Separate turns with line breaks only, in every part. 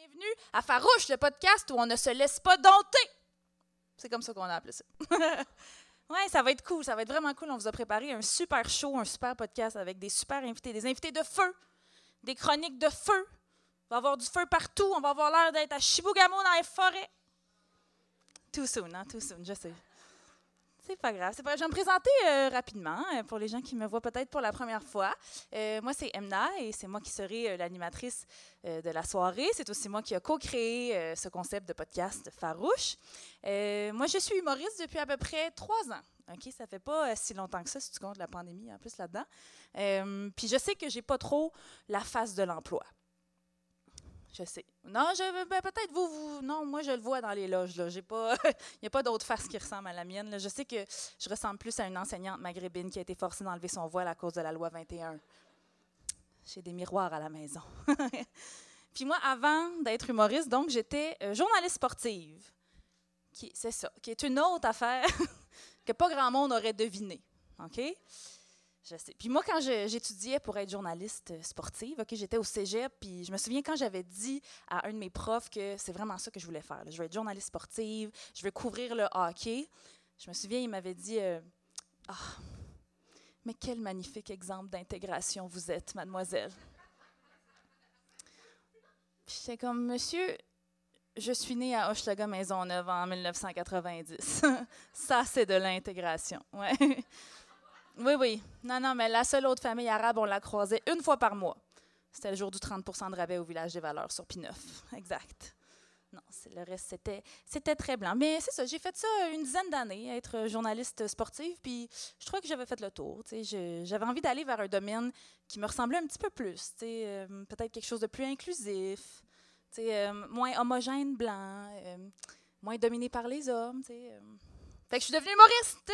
bienvenue à Farouche, le podcast où on ne se laisse pas dompter. C'est comme ça qu'on a appelé ça. Ouais, ça va être cool, ça va être vraiment cool. On vous a préparé un super show, un super podcast avec des super invités, des invités de feu, des chroniques de feu. Il va y avoir du feu partout, on va avoir l'air d'être à Chibougamau dans les forêts. Too soon, hein? Too soon, je sais. C'est pas grave. Je vais me présenter rapidement pour les gens qui me voient peut-être pour la première fois. Moi, c'est Emna et c'est moi qui serai l'animatrice de la soirée. C'est aussi moi qui ai co-créé ce concept de podcast farouche. Moi, je suis humoriste depuis à peu près 3 ans. OK, ça fait pas si longtemps que ça, si tu comptes la pandémie en plus là-dedans. Puis je sais que j'ai pas trop la face de l'emploi. Je sais. Non, peut-être vous. Non, moi, je le vois dans les loges. Il n'y a pas d'autre face qui ressemble à la mienne. Là. Je sais que je ressemble plus à une enseignante maghrébine qui a été forcée d'enlever son voile à cause de la loi 21. J'ai des miroirs à la maison. Puis moi, avant d'être humoriste, donc, j'étais journaliste sportive. C'est ça, qui est une autre affaire que pas grand monde aurait deviné. OK? Je sais. Puis moi, quand j'étudiais pour être journaliste sportive, OK, j'étais au cégep, puis je me souviens quand j'avais dit à un de mes profs que c'est vraiment ça que je voulais faire. Là. Je veux être journaliste sportive, je veux couvrir le hockey. Je me souviens, il m'avait dit « Ah, mais quel magnifique exemple d'intégration vous êtes, mademoiselle. » Puis j'étais comme « Monsieur, je suis née à Hochelaga-Maisonneuve en 1990. Ça, c'est de l'intégration. » Ouais. Oui. Non, mais la seule autre famille arabe, on la croisait une fois par mois. C'était le jour du 30 % de rabais au Village des Valeurs sur P9. Exact. Non, le reste, c'était très blanc. Mais c'est ça, j'ai fait ça une dizaine d'années, être journaliste sportive, puis je trouvais que j'avais fait le tour. J'avais envie d'aller vers un domaine qui me ressemblait un petit peu plus. Peut-être quelque chose de plus inclusif, moins homogène, blanc, moins dominé par les hommes. Fait que je suis devenue humoriste!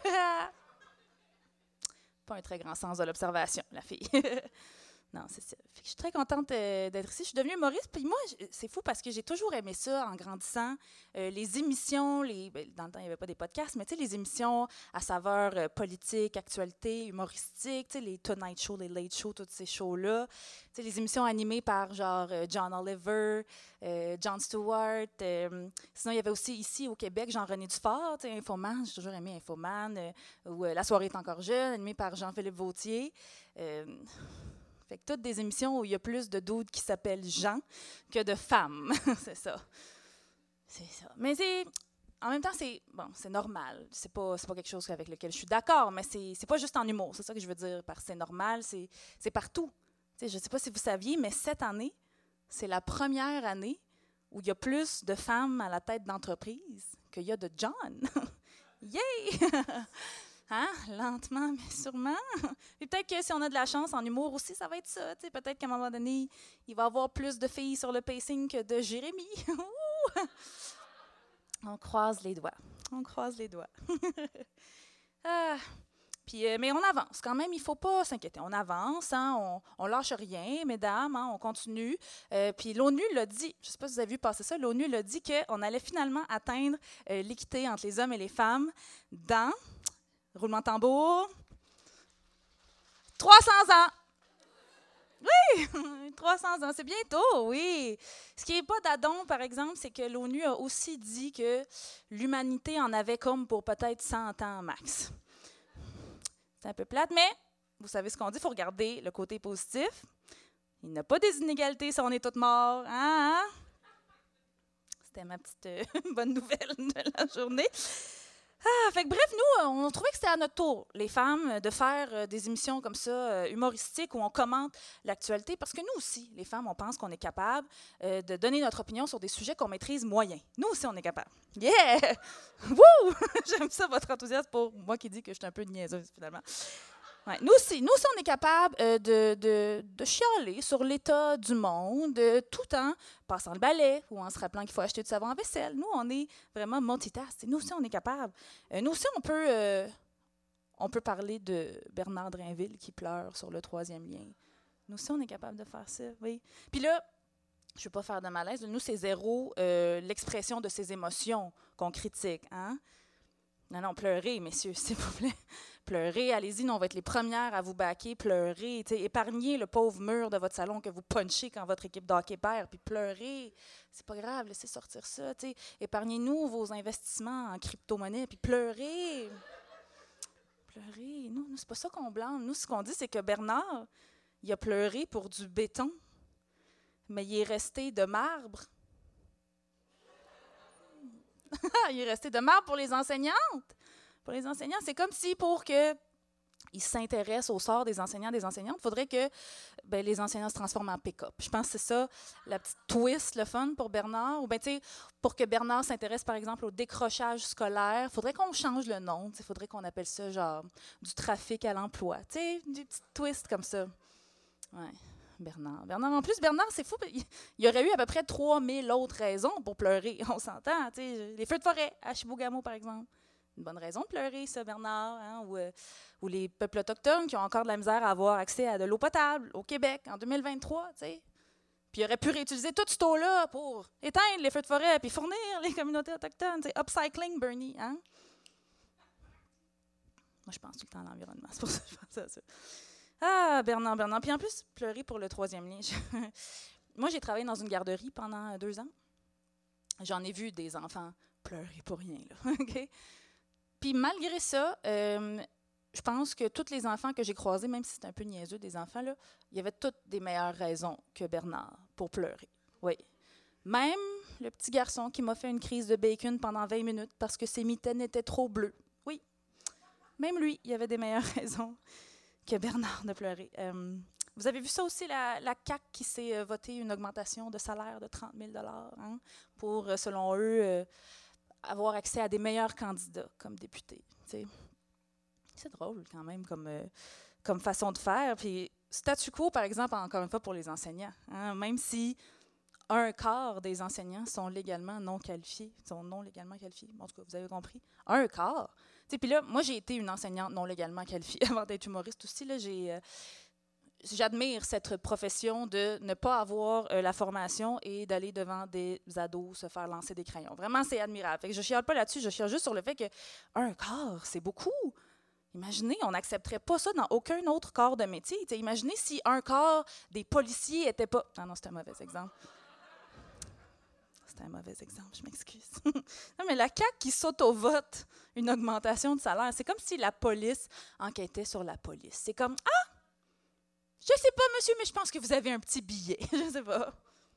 Pas un très grand sens de l'observation, la fille. Non, c'est ça. Fait que je suis très contente d'être ici. Je suis devenue humoriste. Puis moi, c'est fou parce que j'ai toujours aimé ça en grandissant. Les émissions, dans le temps, il n'y avait pas des podcasts, mais les émissions à saveur politique, actualité, humoristique, les Tonight Show, les Late Show, tous ces shows-là. Les émissions animées par genre John Oliver, Jon Stewart. Sinon, il y avait aussi ici au Québec Jean-René Dufort, Infoman. J'ai toujours aimé Infoman. Ou La soirée est encore jeune, animée par Jean-Philippe Vautier. Fait que toutes des émissions où il y a plus de dudes qui s'appellent Jean que de femmes. C'est ça. C'est ça. Mais en même temps, c'est normal. C'est pas quelque chose avec lequel je suis d'accord, mais c'est pas juste en humour. C'est ça que je veux dire par c'est normal. C'est partout. Je ne sais pas si vous saviez, mais cette année, c'est la première année où il y a plus de femmes à la tête d'entreprise qu'il y a de John. Yay! Hein? Lentement, mais sûrement. Et peut-être que si on a de la chance en humour aussi, ça va être ça. Peut-être qu'à un moment donné, il va y avoir plus de filles sur le pacing que de Jérémy. On croise les doigts. On croise les doigts. Mais on avance quand même, il ne faut pas s'inquiéter. On avance, hein, on lâche rien, mesdames, hein, on continue. Puis l'ONU l'a dit, je ne sais pas si vous avez vu passer ça, l'ONU l'a dit qu'on allait finalement atteindre l'équité entre les hommes et les femmes dans... Roulement de tambour. 300 ans. Oui, 300 ans, c'est bientôt, oui. Ce qui n'est pas d'adon, par exemple, c'est que l'ONU a aussi dit que l'humanité en avait comme pour peut-être 100 ans max. C'est un peu plate, mais vous savez ce qu'on dit, il faut regarder le côté positif. Il n'y a pas des inégalités si on est tous morts. Hein? C'était ma petite bonne nouvelle de la journée. Fait que bref, nous, on trouvait que c'était à notre tour, les femmes, de faire des émissions comme ça, humoristiques, où on commente l'actualité, parce que nous aussi, les femmes, on pense qu'on est capable de donner notre opinion sur des sujets qu'on maîtrise moyen. Nous aussi, on est capable. Yeah! Wouh! J'aime ça, votre enthousiasme pour moi qui dis que je suis un peu niaiseuse, finalement. Ouais, nous aussi, on est capable de chialer sur l'état du monde tout en passant le balai ou en se rappelant qu'il faut acheter du savon à vaisselle. Nous, on est vraiment multitask. Nous aussi, on est capable. Nous aussi, on peut parler de Bernard Drinville qui pleure sur le 3e lien. Nous aussi, on est capable de faire ça, oui. Puis là, je ne veux pas faire de malaise. Nous, c'est zéro l'expression de ses émotions qu'on critique, hein? Non, pleurer, messieurs, s'il vous plaît. Pleurez, allez-y, nous, on va être les premières à vous backer. Pleurez, épargnez le pauvre mur de votre salon que vous punchez quand votre équipe de hockey perd, puis pleurez. C'est pas grave, laissez sortir ça. Épargnez-nous vos investissements en crypto-monnaie, puis pleurez. Pleurer. Nous, c'est pas ça qu'on blâme. Nous, ce qu'on dit, c'est que Bernard, il a pleuré pour du béton, mais il est resté de marbre. Il est resté de marbre pour les enseignantes. Pour les enseignants, c'est comme si pour qu'ils s'intéressent au sort des enseignants, des enseignantes, il faudrait que les enseignants se transforment en pick-up. Je pense que c'est ça, la petite twist, le fun pour Bernard. Ou pour que Bernard s'intéresse, par exemple, au décrochage scolaire, il faudrait qu'on change le nom. Il faudrait qu'on appelle ça genre du trafic à l'emploi. Des petites twists comme ça. Ouais. Bernard, en plus, Bernard, c'est fou. Il y aurait eu à peu près 3000 autres raisons pour pleurer. On s'entend. Les feux de forêt à Chibougamau, par exemple. Une bonne raison de pleurer, ça, Bernard. Hein? Ou les peuples autochtones qui ont encore de la misère à avoir accès à de l'eau potable au Québec en 2023. Puis il aurait pu réutiliser tout ce eau-là pour éteindre les feux de forêt et fournir les communautés autochtones. Upcycling, Bernie. Hein? Moi, je pense tout le temps à l'environnement. C'est pour ça que je pense à ça. Ah, Bernard. Puis en plus, pleurer pour le troisième lien. Moi, j'ai travaillé dans une garderie pendant 2 ans. J'en ai vu des enfants pleurer pour rien. Là. Okay? Puis malgré ça, je pense que tous les enfants que j'ai croisés, même si c'est un peu niaiseux des enfants, là, il y avait toutes des meilleures raisons que Bernard pour pleurer. Oui. Même le petit garçon qui m'a fait une crise de bacon pendant 20 minutes parce que ses mitaines étaient trop bleues. Oui. Même lui, il y avait des meilleures raisons que Bernard de pleurer. Vous avez vu ça aussi, la CAQ qui s'est votée une augmentation de salaire de 30 000 hein, pour, selon eux, avoir accès à des meilleurs candidats comme députés. T'sais. C'est drôle quand même comme façon de faire. Puis statu quo, par exemple, encore une fois, pour les enseignants. Hein, même si 1/4 des enseignants sont légalement non qualifiés, En tout cas, vous avez compris. 1/4. Puis là, moi, j'ai été une enseignante non légalement qualifiée avant d'être humoriste aussi. Là, j'admire cette profession de ne pas avoir la formation et d'aller devant des ados se faire lancer des crayons. Vraiment, c'est admirable. Fait que je ne chiale pas là-dessus, je chiale juste sur le fait que 1/4, c'est beaucoup. Imaginez, on n'accepterait pas ça dans aucun autre corps de métier. T'sais, imaginez si 1/4 des policiers n'étaient pas... Non, c'est un mauvais exemple. C'est un mauvais exemple, je m'excuse. Non, mais la CAQ qui s'auto-vote une augmentation de salaire, c'est comme si la police enquêtait sur la police. C'est comme, je sais pas, monsieur, mais je pense que vous avez un petit billet. Je sais pas.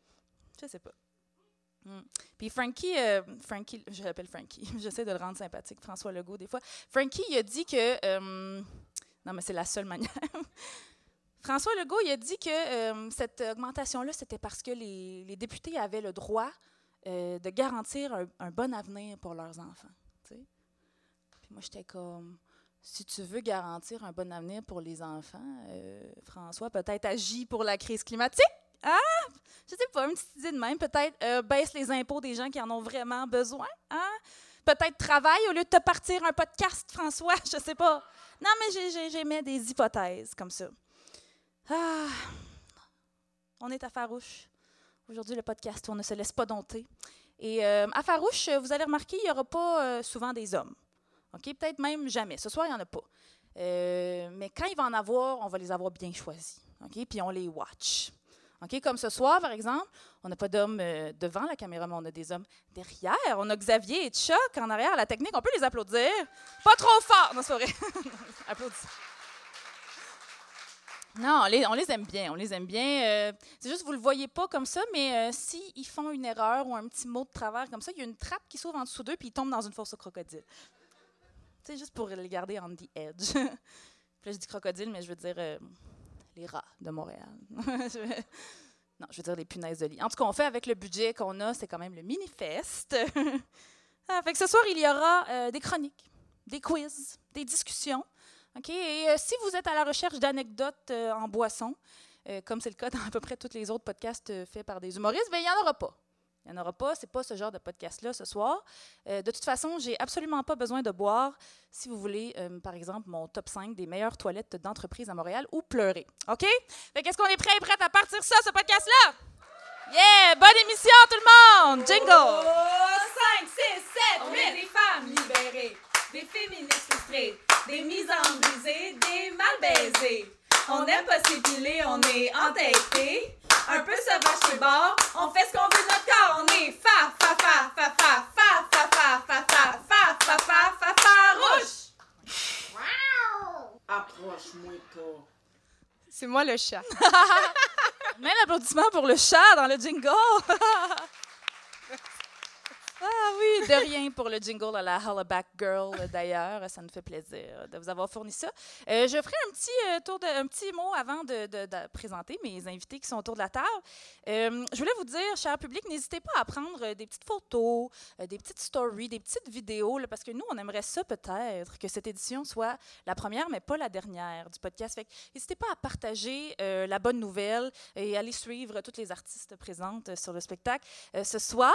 Puis Frankie, je l'appelle Frankie, j'essaie de le rendre sympathique, François Legault, des fois. Frankie, il a dit que... non, mais c'est la seule manière. François Legault, il a dit que cette augmentation-là, c'était parce que les députés avaient le droit de garantir un bon avenir pour leurs enfants. T'sais. Puis moi, j'étais comme... Si tu veux garantir un bon avenir pour les enfants, François, peut-être agis pour la crise climatique. Ah! Je sais pas, une petite idée de même. Peut-être baisse les impôts des gens qui en ont vraiment besoin. Hein? Peut-être travaille au lieu de te partir un podcast, François. Je sais pas. Non, mais j'émets des hypothèses comme ça. Ah! On est à Farouche. Aujourd'hui, le podcast où on ne se laisse pas dompter. Et à Farouche, vous allez remarquer, il n'y aura pas souvent des hommes. Okay? Peut-être même jamais. Ce soir, il n'y en a pas. Mais quand il va en avoir, on va les avoir bien choisis. Okay? Puis on les watch. Okay? Comme ce soir, par exemple, on n'a pas d'hommes devant la caméra, mais on a des hommes derrière. On a Xavier et Chuck en arrière à la technique. On peut les applaudir. Pas trop fort. Non, c'est vrai. Applaudissez. Non, on les aime bien. C'est juste que vous ne le voyez pas comme ça, mais s'ils font une erreur ou un petit mot de travers comme ça, il y a une trappe qui s'ouvre en dessous d'eux puis ils tombent dans une fosse au crocodile. C'est juste pour les garder on the edge. Puis là, je dis crocodile, mais je veux dire les rats de Montréal. Non, je veux dire les punaises de lit. En tout cas, on fait avec le budget qu'on a, c'est quand même le mini-fest. Fait que ce soir, il y aura des chroniques, des quiz, des discussions. Okay? Et si vous êtes à la recherche d'anecdotes en boisson, comme c'est le cas dans à peu près tous les autres podcasts faits par des humoristes, bien, il n'y en aura pas. Il n'y en aura pas, ce n'est pas ce genre de podcast-là ce soir. De toute façon, je n'ai absolument pas besoin de boire si vous voulez, par exemple, mon top 5 des meilleures toilettes d'entreprise à Montréal ou pleurer. OK? Fait qu'est-ce qu'on est prêt et prête à partir ça, ce podcast-là? Yeah! Bonne émission, tout le monde! Jingle!
5, 6, 7, 8! On est des femmes libérées, des féministes frustrées, des mises en n'aime pas s'épiler, on est entêté. Un peu sauvage chez bord, on fait ce qu'on veut de notre corps. On est farouche.
Approche-moi pas.
C'est moi le chat.
Même l'applaudissement pour le chat dans le jingle. Ah oui, de rien pour le jingle à la Hollaback Girl, d'ailleurs. Ça nous fait plaisir de vous avoir fourni ça. Je ferai un petit mot avant de présenter mes invités qui sont autour de la table. Je voulais vous dire, cher public, n'hésitez pas à prendre des petites photos, des petites stories, des petites vidéos, là, parce que nous, on aimerait ça peut-être, que cette édition soit la première, mais pas la dernière du podcast. Fait que n'hésitez pas à partager la bonne nouvelle et aller suivre toutes les artistes présentes sur le spectacle ce soir.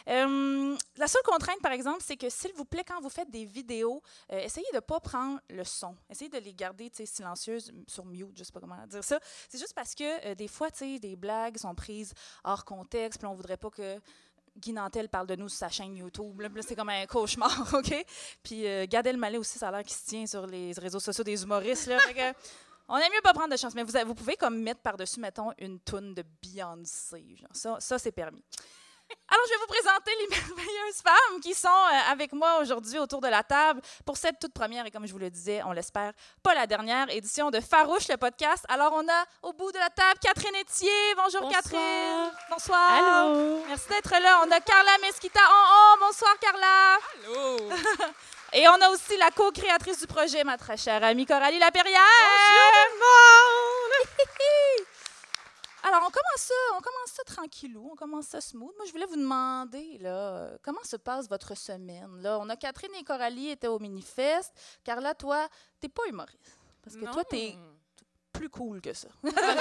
La seule contrainte, par exemple, c'est que, s'il vous plaît, quand vous faites des vidéos, essayez de ne pas prendre le son. Essayez de les garder silencieuses, sur mute, je ne sais pas comment dire ça. C'est juste parce que, des fois, des blagues sont prises hors contexte, puis on ne voudrait pas que Guy Nantel parle de nous sur sa chaîne YouTube. Là, c'est comme un cauchemar, OK? Puis Gad Elmaleh aussi, ça a l'air qu'il se tient sur les réseaux sociaux des humoristes. Là, fait que, on aime mieux pas prendre de chance, mais vous pouvez comme mettre par-dessus, mettons, une toune de Beyoncé. Genre. Ça, c'est permis. Alors, je vais vous présenter les merveilleuses femmes qui sont avec moi aujourd'hui autour de la table pour cette toute première et, comme je vous le disais, on l'espère, pas la dernière édition de Farouche, le podcast. Alors, on a au bout de la table Catherine Etier. Bonjour,
Bonsoir.
Catherine. Bonsoir.
Allô.
Merci d'être là. On a Carla Mesquita en haut. Bonsoir, Carla.
Allô.
Et on a aussi la co-créatrice du projet, ma très chère amie Coralie Laperrière.
Bonjour tout
Alors, on commence ça tranquillou, on commence ça smooth. Moi, je voulais vous demander, là, comment se passe votre semaine? Là, on a Catherine et Coralie étaient au Minifest. Carla, toi, t'es pas humoriste. Parce que toi, t'es plus cool que ça.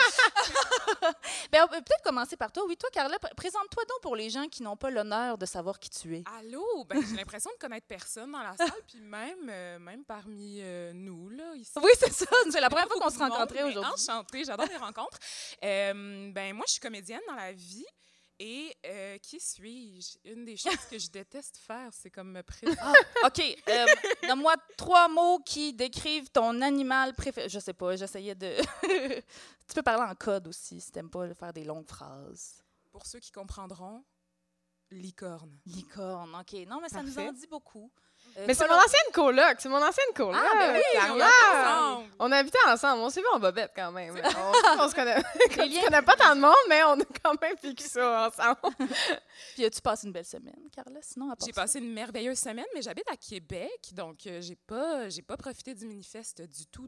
Ben, on peut peut-être commencer par toi. Oui, toi, Carla, présente-toi donc pour les gens qui n'ont pas l'honneur de savoir qui tu es.
Allô? Ben, j'ai l'impression de connaître personne dans la salle, puis même parmi nous, là, ici.
Oui, c'est ça. C'est la première fois qu'on se
Beaucoup de monde,
rencontrait
mais
aujourd'hui.
Enchantée, j'adore les rencontres. Ben, moi, je suis comédienne dans la vie. Et qui suis-je? Une des choses que je déteste faire, c'est comme me présenter.
OK. Donne-moi 3 mots qui décrivent ton animal préféré. Je sais pas, j'essayais de... Tu peux parler en code aussi, si t'aimes pas faire des longues phrases.
Pour ceux qui comprendront, licorne.
Licorne, OK. Non, mais ça nous en
Parfait.
dit beaucoup.
Mais c'est mon ancienne coloc, c'est mon ancienne coloc.
Ah, ben oui,
Carla.
ensemble.
On habitait ensemble, on s'est vu en bobette quand même. On se connaît,
Les liens-
on connaît pas tant de monde, mais on a quand même vécu ça ensemble.
Puis as-tu passé une belle semaine, Carla? Sinon, à part
J'ai
ça?
passé une merveilleuse semaine, mais j'habite à Québec, donc j'ai pas profité du Minifest du tout.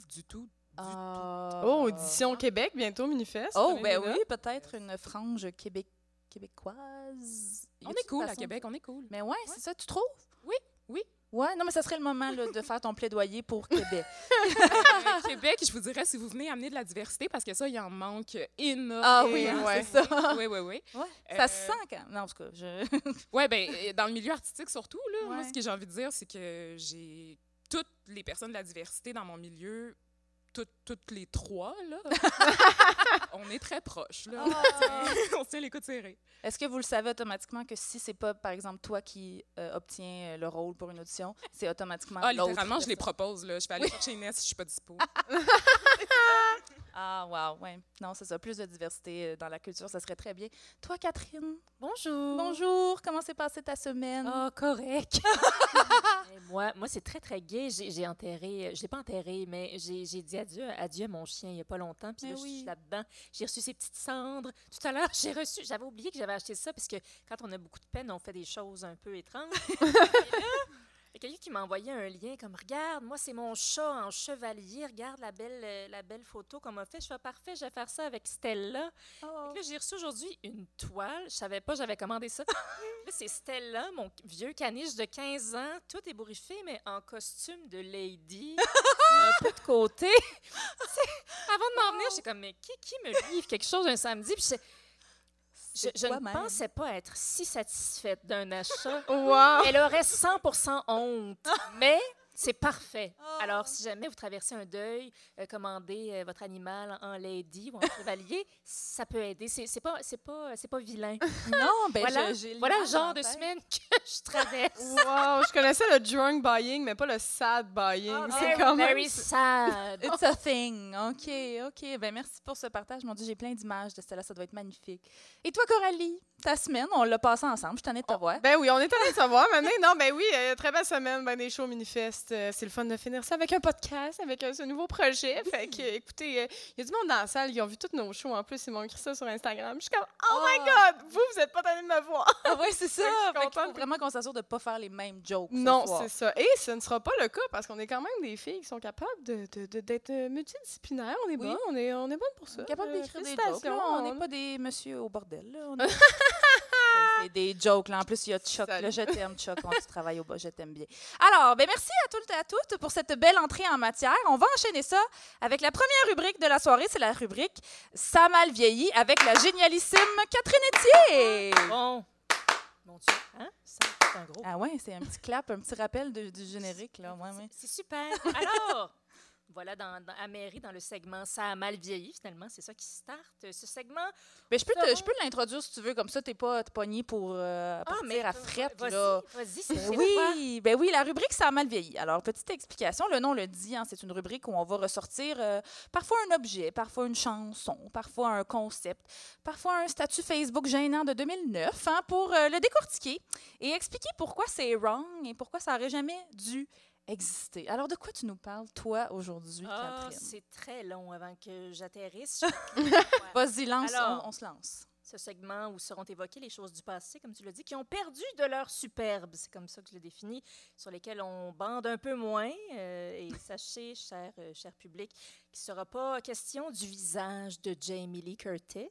Oh, Audition Québec, bientôt, Minifest.
Oh,
Prenez
ben
des
oui,
notes.
peut-être une frange québécoise. Y
On
a-t-il
est cool
une
à
façon?
Québec, on est cool.
Mais ouais, c'est ça, tu trouves?
Oui, oui.
Ouais, non, mais ça serait le moment là, de faire ton plaidoyer pour Québec.
Québec, je vous dirais, si vous venez amener de la diversité, parce que ça, il en manque énormément.
Ah oui,
ouais.
c'est ça.
Oui.
Ouais, ça se sent quand même. Non, en tout cas,
Oui, bien, dans le milieu artistique surtout, là, moi,
Ouais.
ce que j'ai envie de dire, c'est que j'ai toutes les personnes de la diversité dans mon milieu, toutes les 3, là. On est très proches, là. On se tient les coudes serrés.
Est-ce que vous le savez automatiquement que si c'est pas, par exemple, toi qui obtiens le rôle pour une audition, c'est automatiquement
Ah,
l'autre
littéralement, je les
personne?
propose, là. Je vais aller chercher Inès si je suis pas dispo.
Ah, wow, ouais. Non, c'est ça. Plus de diversité dans la culture, ça serait très bien. Toi, Catherine?
Bonjour.
Bonjour. Comment s'est passée ta semaine?
Oh, correct. moi, c'est très, très gai. J'ai enterré, je l'ai pas enterré, mais j'ai dit adieu à mon chien il y a pas longtemps. Puis
Mais
là, je
oui.
suis là-dedans. J'ai reçu ses petites cendres. Tout à l'heure, j'avais oublié que j'avais acheté ça parce que quand on a beaucoup de peine, on fait des choses un peu étranges. Et là, il y a quelqu'un qui m'a envoyé un lien comme « Regarde, moi, c'est mon chat en chevalier. Regarde la belle photo qu'on m'a fait. » Je fais « Parfait, je vais faire ça avec Stella. »
Oh.
Là, j'ai reçu aujourd'hui une toile. Je savais pas, j'avais commandé ça. Là, c'est Stella, mon vieux caniche de 15 ans, tout ébouriffé, mais en costume de lady, un peu de côté. Avant de m'en venir, j'étais comme, mais qui me livre quelque chose un samedi? Puis je ne
toi-même.
pensais pas être si satisfaite d'un achat.
Wow!
Elle aurait 100% honte. Mais C'est parfait.
Oh.
Alors, si jamais vous traversez un deuil, commandez votre animal en lady ou en chevalier, ça peut aider. C'est pas vilain.
Non, ben
Voilà,
j'ai
voilà le
l'image
genre
en
de
tête.
semaine que je traverse.
Wow, je connaissais le drunk buying, mais pas le sad buying. C'est
Very,
quand même...
very sad.
It's a thing. OK. Ben merci pour ce partage. Mon Dieu, j'ai plein d'images de celle-là. Ça doit être magnifique. Et toi, Coralie, ta semaine, on l'a passée ensemble. Je t'en ai de te voir.
Ben oui, on est allé de savoir. Maintenant, non, ben oui, très belle semaine, ben des shows Minifest. C'est le fun de finir ça avec un podcast, avec ce nouveau projet. Fait que, écoutez, il y a du monde dans la salle, ils ont vu tous nos shows. En plus, ils m'ont écrit ça sur Instagram. Je suis comme, oh my God, vous êtes pas allés me voir.
Ah oui, c'est ça.
Fait que je suis
Fait qu'il
contente.
faut vraiment qu'on s'assure de ne pas faire les mêmes jokes. ce
Non,
soir.
c'est ça. Et ce ne sera pas le cas parce qu'on est quand même des filles qui sont capables d'être multidisciplinaires. On est
Oui.
bonnes, on est bonnes pour ça.
On est capable d'écrire des jokes.
félicitations.
Là. On n'est pas des monsieur au bordel. Là. On est- c'est des jokes. Là. En plus, il y a Chuck.
Salut.
Là, je t'aime, Chuck. On tu travailles au bas. Je t'aime bien. Alors, ben merci à toutes et à toutes pour cette belle entrée en matière. On va enchaîner ça avec la première rubrique de la soirée. C'est la rubrique Ça a mal vieilli avec la génialissime Catherine Etier.
Bon. Mon Dieu, hein? Ça, c'est un gros.
Ah ouais, c'est un petit clap, un petit rappel du générique. Là. Ouais, ouais.
C'est super. Alors, voilà, à Mairie, dans le segment Ça a mal vieilli, finalement, c'est ça qui starte. Ce segment.
Ben, je peux l'introduire si tu veux, comme ça, t'es pas pogné pour partir à frette. Là.
Vas-y, c'est
Ben
toi.
oui, la rubrique Ça a mal vieilli. Alors, petite explication, le nom le dit, hein, c'est une rubrique où on va ressortir parfois un objet, parfois une chanson, parfois un concept, parfois un statut Facebook gênant de 2009 hein, pour le décortiquer et expliquer pourquoi c'est wrong et pourquoi ça n'aurait jamais dû exister. Alors, de quoi tu nous parles, toi, aujourd'hui,
Ah,
Catherine?
c'est très long avant que j'atterrisse.
Vas-y, lance,
Alors,
on se lance.
Ce segment où seront évoquées les choses du passé, comme tu l'as dit, qui ont perdu de leur superbe, c'est comme ça que je le définis, sur lesquelles on bande un peu moins. Et sachez, cher public, qu'il ne sera pas question du visage de Jamie Lee Curtis.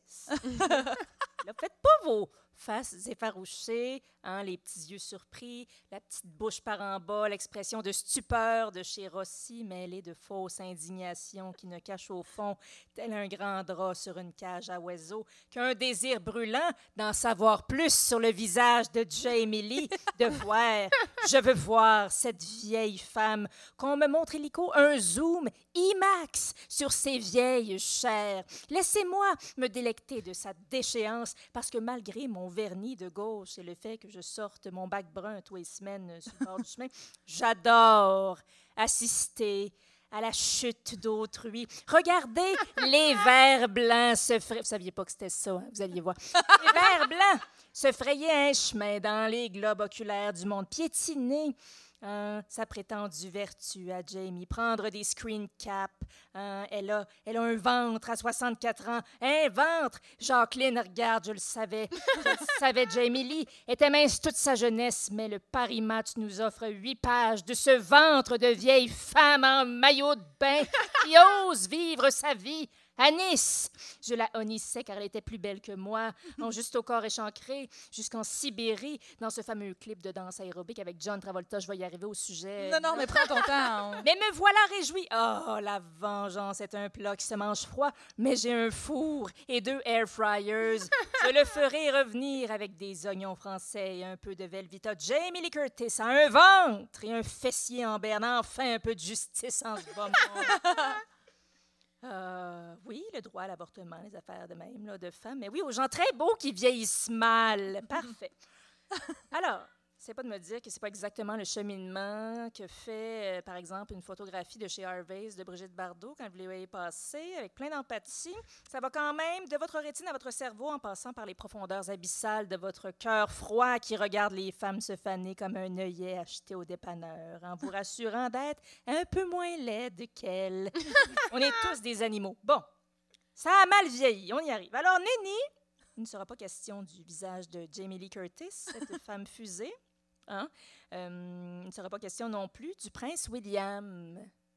Là, faites pas vos faces effarouchées, hein, les petits yeux surpris, la petite bouche par en bas, l'expression de stupeur de chez Rossi mêlée de fausse indignation qui ne cache au fond, tel un grand drap sur une cage à oiseaux, qu'un désir brûlant d'en savoir plus sur le visage de Jamie Lee, de voir, je veux voir cette vieille femme, qu'on me montre illico un zoom IMAX sur ses vieilles chairs. Laissez-moi me délecter de sa déchéance, parce que malgré mon vernis de gauche et le fait que je sorte mon bac brun tous les semaines sur le bord du chemin, j'adore assister à la chute d'autrui. Regardez les vers blancs se frayer. Vous saviez pas que c'était ça, hein? Vous alliez voir. Les vers blancs se frayer un chemin dans les globes oculaires du monde, piétiner sa prétendue vertu à Jamie, prendre des screen caps. Elle a un ventre à 64 ans. Un ventre! Jacqueline, regarde, je le savais. Je le savais, Jamie Lee était mince toute sa jeunesse, mais le Paris Match nous offre 8 pages de ce ventre de vieille femme en maillot de bain qui ose vivre sa vie à Nice. Je la honnissais car elle était plus belle que moi, en juste au corps échancré, jusqu'en Sibérie, dans ce fameux clip de danse aérobique avec John Travolta. Je vais y arriver au sujet.
Non, mais prends ton temps.
Mais me voilà réjouie. Oh, la vengeance est un plat qui se mange froid, mais j'ai un four et 2 air fryers. Je le ferai revenir avec des oignons français et un peu de Velveeta. Jamie Lee Curtis a un ventre et un fessier en berne. Enfin, un peu de justice en ce bas monde. Oui, le droit à l'avortement, les affaires de même, là, de femmes. Mais oui, aux gens très beaux qui vieillissent mal. Parfait. Alors, c'est pas de me dire que c'est pas exactement le cheminement que fait, par exemple, une photographie de chez Harvey's de Brigitte Bardot quand vous les voyez passer, avec plein d'empathie. Ça va quand même de votre rétine à votre cerveau en passant par les profondeurs abyssales de votre cœur froid qui regarde les femmes se faner comme un œillet acheté au dépanneur, en vous rassurant d'être un peu moins laide qu'elle. On est tous des animaux. Bon, ça a mal vieilli, on y arrive. Alors, Néni, il ne sera pas question du visage de Jamie Lee Curtis, cette femme fusée. Hein? Il ne sera pas question non plus du prince William.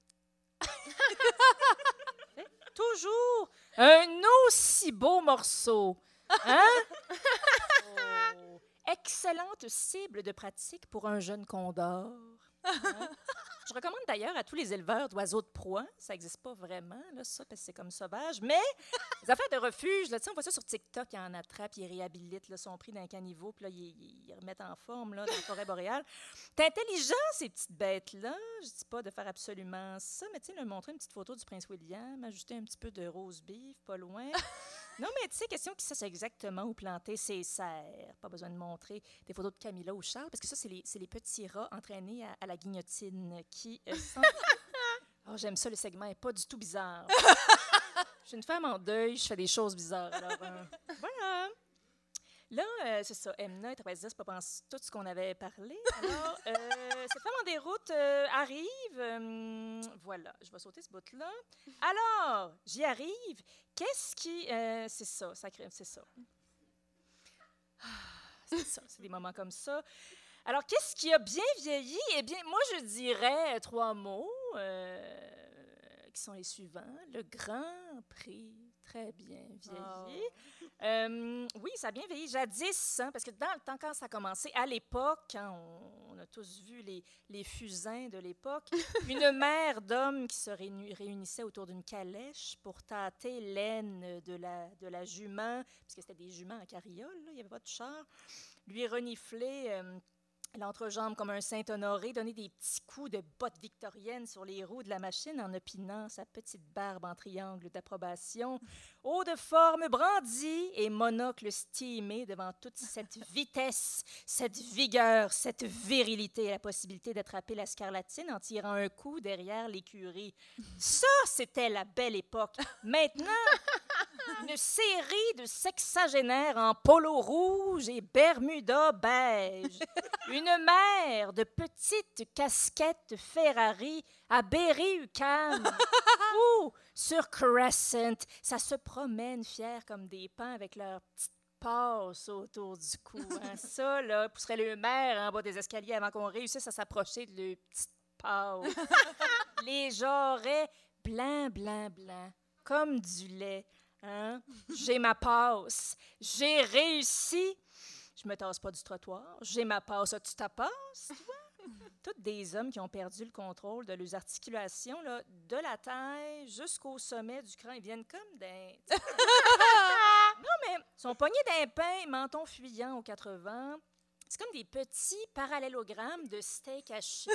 Toujours un aussi beau morceau. Hein? Oh, excellente cible de pratique pour un jeune condor. Hein? Je recommande d'ailleurs à tous les éleveurs d'oiseaux de proie, ça n'existe pas vraiment, là, ça, parce que c'est comme sauvage, mais les affaires de refuge, là, on voit ça sur TikTok, ils en attrapent, ils réhabilitent, là, sont pris d'un caniveau, puis là, ils remettent en forme là, dans la forêt boréale. C'est intelligent, ces petites bêtes-là. Je dis pas de faire absolument ça, mais tu sais, leur montrer une petite photo du prince William, ajouter un petit peu de rose beef, pas loin. Non, mais tu sais, question qui sait exactement où planter ses serres. Pas besoin de montrer des photos de Camilla ou Charles, parce que ça, c'est les petits rats entraînés à la guillotine qui Oh, j'aime ça, le segment n'est pas du tout bizarre. Je suis une femme en deuil, je fais des choses bizarres. Alors, voilà. Là, c'est ça, Emna et 13 pas penser tout ce qu'on avait parlé. Alors, cette femme en déroute arrive. Voilà, je vais sauter ce bout-là. Alors, j'y arrive. Qu'est-ce qui... c'est ça, c'est ça. C'est ça, c'est des moments comme ça. Alors, qu'est-ce qui a bien vieilli? Eh bien, moi, je dirais 3 mots qui sont les suivants. Le Grand Prix, très bien vieilli. Oui, ça a bien vieilli jadis, hein, parce que dans le temps, quand ça a commencé, à l'époque, quand on a tous vu les fusains de l'époque, une mère d'hommes qui se réunissait autour d'une calèche pour tâter l'aine de la jument, parce que c'était des juments en carriole, là, il n'y avait pas de char, lui renifler l'entrejambe comme un Saint-Honoré, donner des petits coups de bottes victoriennes sur les roues de la machine en opinant sa petite barbe en triangle d'approbation, haut de forme brandie et monocle steamé devant toute cette vitesse, cette vigueur, cette virilité et la possibilité d'attraper la scarlatine en tirant un coup derrière l'écurie. Ça, c'était la belle époque. Maintenant, une série de sexagénaires en polo rouge et bermuda beige. Une mère de petites casquettes Ferrari à Berry-UQAM ou sur Crescent. Ça se promène fière comme des pans avec leurs petites passes autour du cou. Hein. Ça, là, pousserait le maire en bas des escaliers avant qu'on réussisse à s'approcher de leurs petites passes. Les jarrets blancs, blancs, blancs, comme du lait. Hein? J'ai ma passe. J'ai réussi. Je me tasse pas du trottoir. J'ai ma passe. As-tu ta passe, toi? Tous des hommes qui ont perdu le contrôle de leurs articulations, là, de la taille jusqu'au sommet du crâne. Ils viennent comme d'un... Non, mais ils sont pognés d'un pain, menton fuyant aux 80. C'est comme des petits parallélogrammes de steak haché.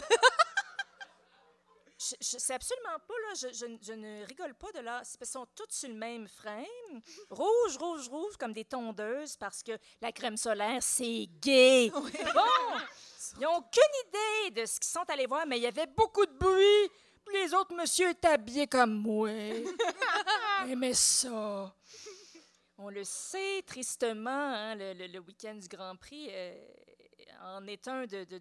Je sais absolument pas, là, je ne rigole pas de là. Ils sont tous sur le même frame. Rouge, rouge, rouge, comme des tondeuses, parce que la crème solaire, c'est gay. Oui. Bon, ils n'ont aucune idée de ce qu'ils sont allés voir, mais il y avait beaucoup de bruit. Puis les autres monsieur étaient habillés comme moi. Aimaient ça. On le sait, tristement, hein, le week-end du Grand Prix en est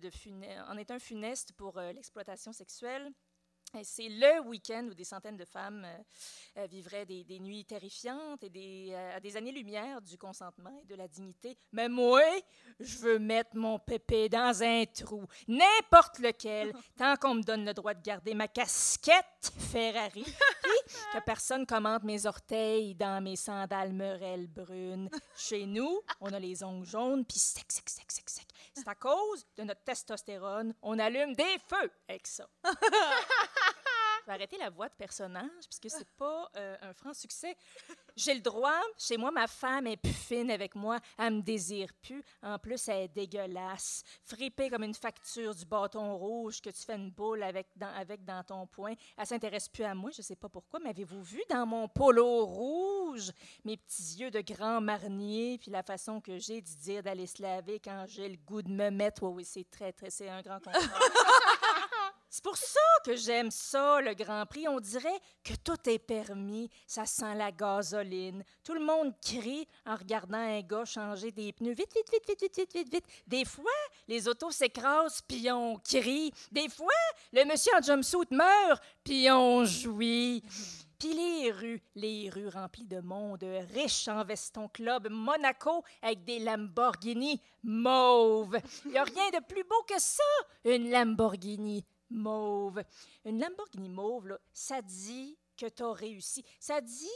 un funeste pour l'exploitation sexuelle. Et c'est le week-end où des centaines de femmes vivraient des nuits terrifiantes et à des années-lumière du consentement et de la dignité. Mais moi, je veux mettre mon pépé dans un trou, n'importe lequel, tant qu'on me donne le droit de garder ma casquette Ferrari, puis que personne commente mes orteils dans mes sandales merelles brunes. Chez nous, on a les ongles jaunes, puis sec. C'est à cause de notre testostérone. On allume des feux avec ça. Je vais arrêter la voix de personnage, puisque c'est pas un franc succès. J'ai le droit. Chez moi, ma femme est plus fine avec moi. Elle me désire plus. En plus, elle est dégueulasse. Fripée comme une facture du bâton rouge que tu fais une boule avec dans ton poing. Elle s'intéresse plus à moi. Je sais pas pourquoi, mais avez-vous vu dans mon polo rouge mes petits yeux de grand marnier, puis la façon que j'ai d'y dire d'aller se laver quand j'ai le goût de me mettre. Oui, c'est c'est un grand contrat. C'est pour ça que j'aime ça, le Grand Prix. On dirait que tout est permis. Ça sent la gasoline. Tout le monde crie en regardant un gars changer des pneus. Vite. Des fois, les autos s'écrasent, puis on crie. Des fois, le monsieur en jumpsuit meurt, puis on jouit. Puis les rues remplies de monde riche en veston club Monaco avec des Lamborghini mauves. Il n'y a rien de plus beau que ça, une Lamborghini mauve. Une Lamborghini mauve, là, ça dit que tu as réussi. Ça dit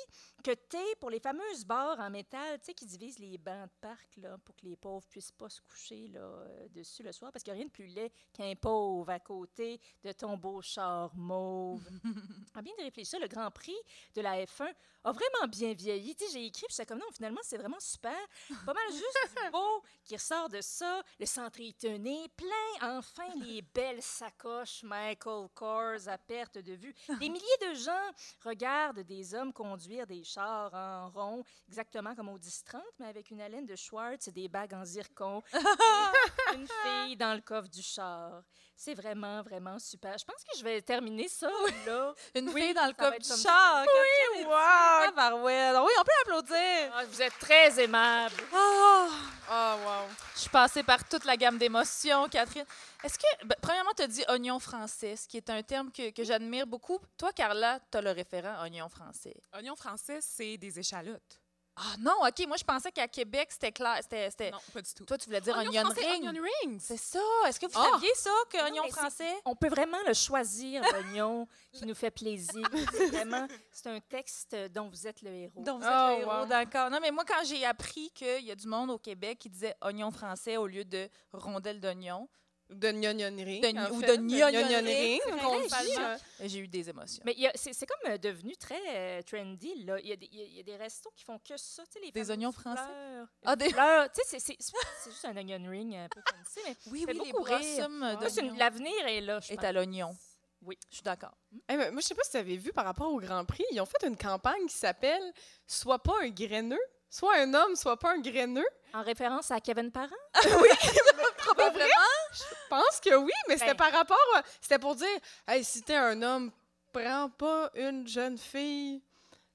que t'aies pour les fameuses barres en métal, tu sais, qui divisent les bancs de parc, là, pour que les pauvres puissent pas se coucher là, dessus le soir, parce qu'il n'y a rien de plus laid qu'un pauvre à côté de ton beau char mauve. À bien de réfléchir, le Grand Prix de la F1 a vraiment bien vieilli. Tu sais, j'ai écrit, puis j'étais comme non, finalement, c'est vraiment super. Pas mal juste du beau qui ressort de ça, le centre étonné, plein, enfin, les belles sacoches Michael Kors à perte de vue. Des milliers de gens regardent des hommes conduire des chars en rond, exactement comme au 10-30, mais avec une haleine de Schwartz et des bagues en zircon. Une fille dans le coffre du char. C'est vraiment, vraiment super. Je pense que je vais terminer ça, là.
Une fille dans le
ça va
coffre
être
du
comme
char.
Oui, wow!
Tabarouette. Oui, on peut applaudir.
Ah, vous êtes très aimable.
Oh,
Ah, wow!
je suis passée par toute la gamme d'émotions, Catherine. Est-ce que, premièrement, tu as dit oignon français, ce qui est un terme que j'admire beaucoup. Toi, Carla, tu as le référent oignon français.
Oignon français, c'est des échalotes.
Ah non, OK, moi, je pensais qu'à Québec, c'était clair. C'était...
Non, pas du tout.
Toi, tu voulais dire
Oignon
onion
français,
ring.
onion rings.
C'est ça. Est-ce que vous
Ah!
saviez ça, que
Non,
oignon
mais c'est-
français?
On peut vraiment le choisir, l'oignon, qui nous fait plaisir. C'est vraiment, c'est un texte dont vous êtes le héros.
Donc, vous êtes
Oh,
le héros,
wow.
d'accord. Non, mais moi, quand j'ai appris qu'il y a du monde au Québec qui disait oignon français au lieu de rondelle d'oignon,
De gnognonerie.
Ou de gnognonerie,
qu'on dit,
principalement. J'ai eu des émotions.
Mais c'est comme devenu très trendy. Là. Il y a des restos qui font que ça. Tu sais, les
Des
fameuses
oignons français?
fleurs.
Ah, des...
Fleurs, tu sais, c'est juste un onion ring un peu fancy, mais
Oui,
fait
oui, les
beaucoup rire.
brossums
Moi,
d'oignons
l'avenir est là, je
est
pense.
à l'oignon.
Oui.
Je suis d'accord.
Mais moi, je sais pas si tu avais vu par rapport au Grand Prix, ils ont fait une campagne qui s'appelle « Sois pas un graineux ». Soit un homme, soit pas un graineux.
En référence à Kevin Parent?
Probablement.
Je pense que oui, mais c'était
Ben.
par rapport... C'était pour dire, hey, si t'es un homme, prends pas une jeune fille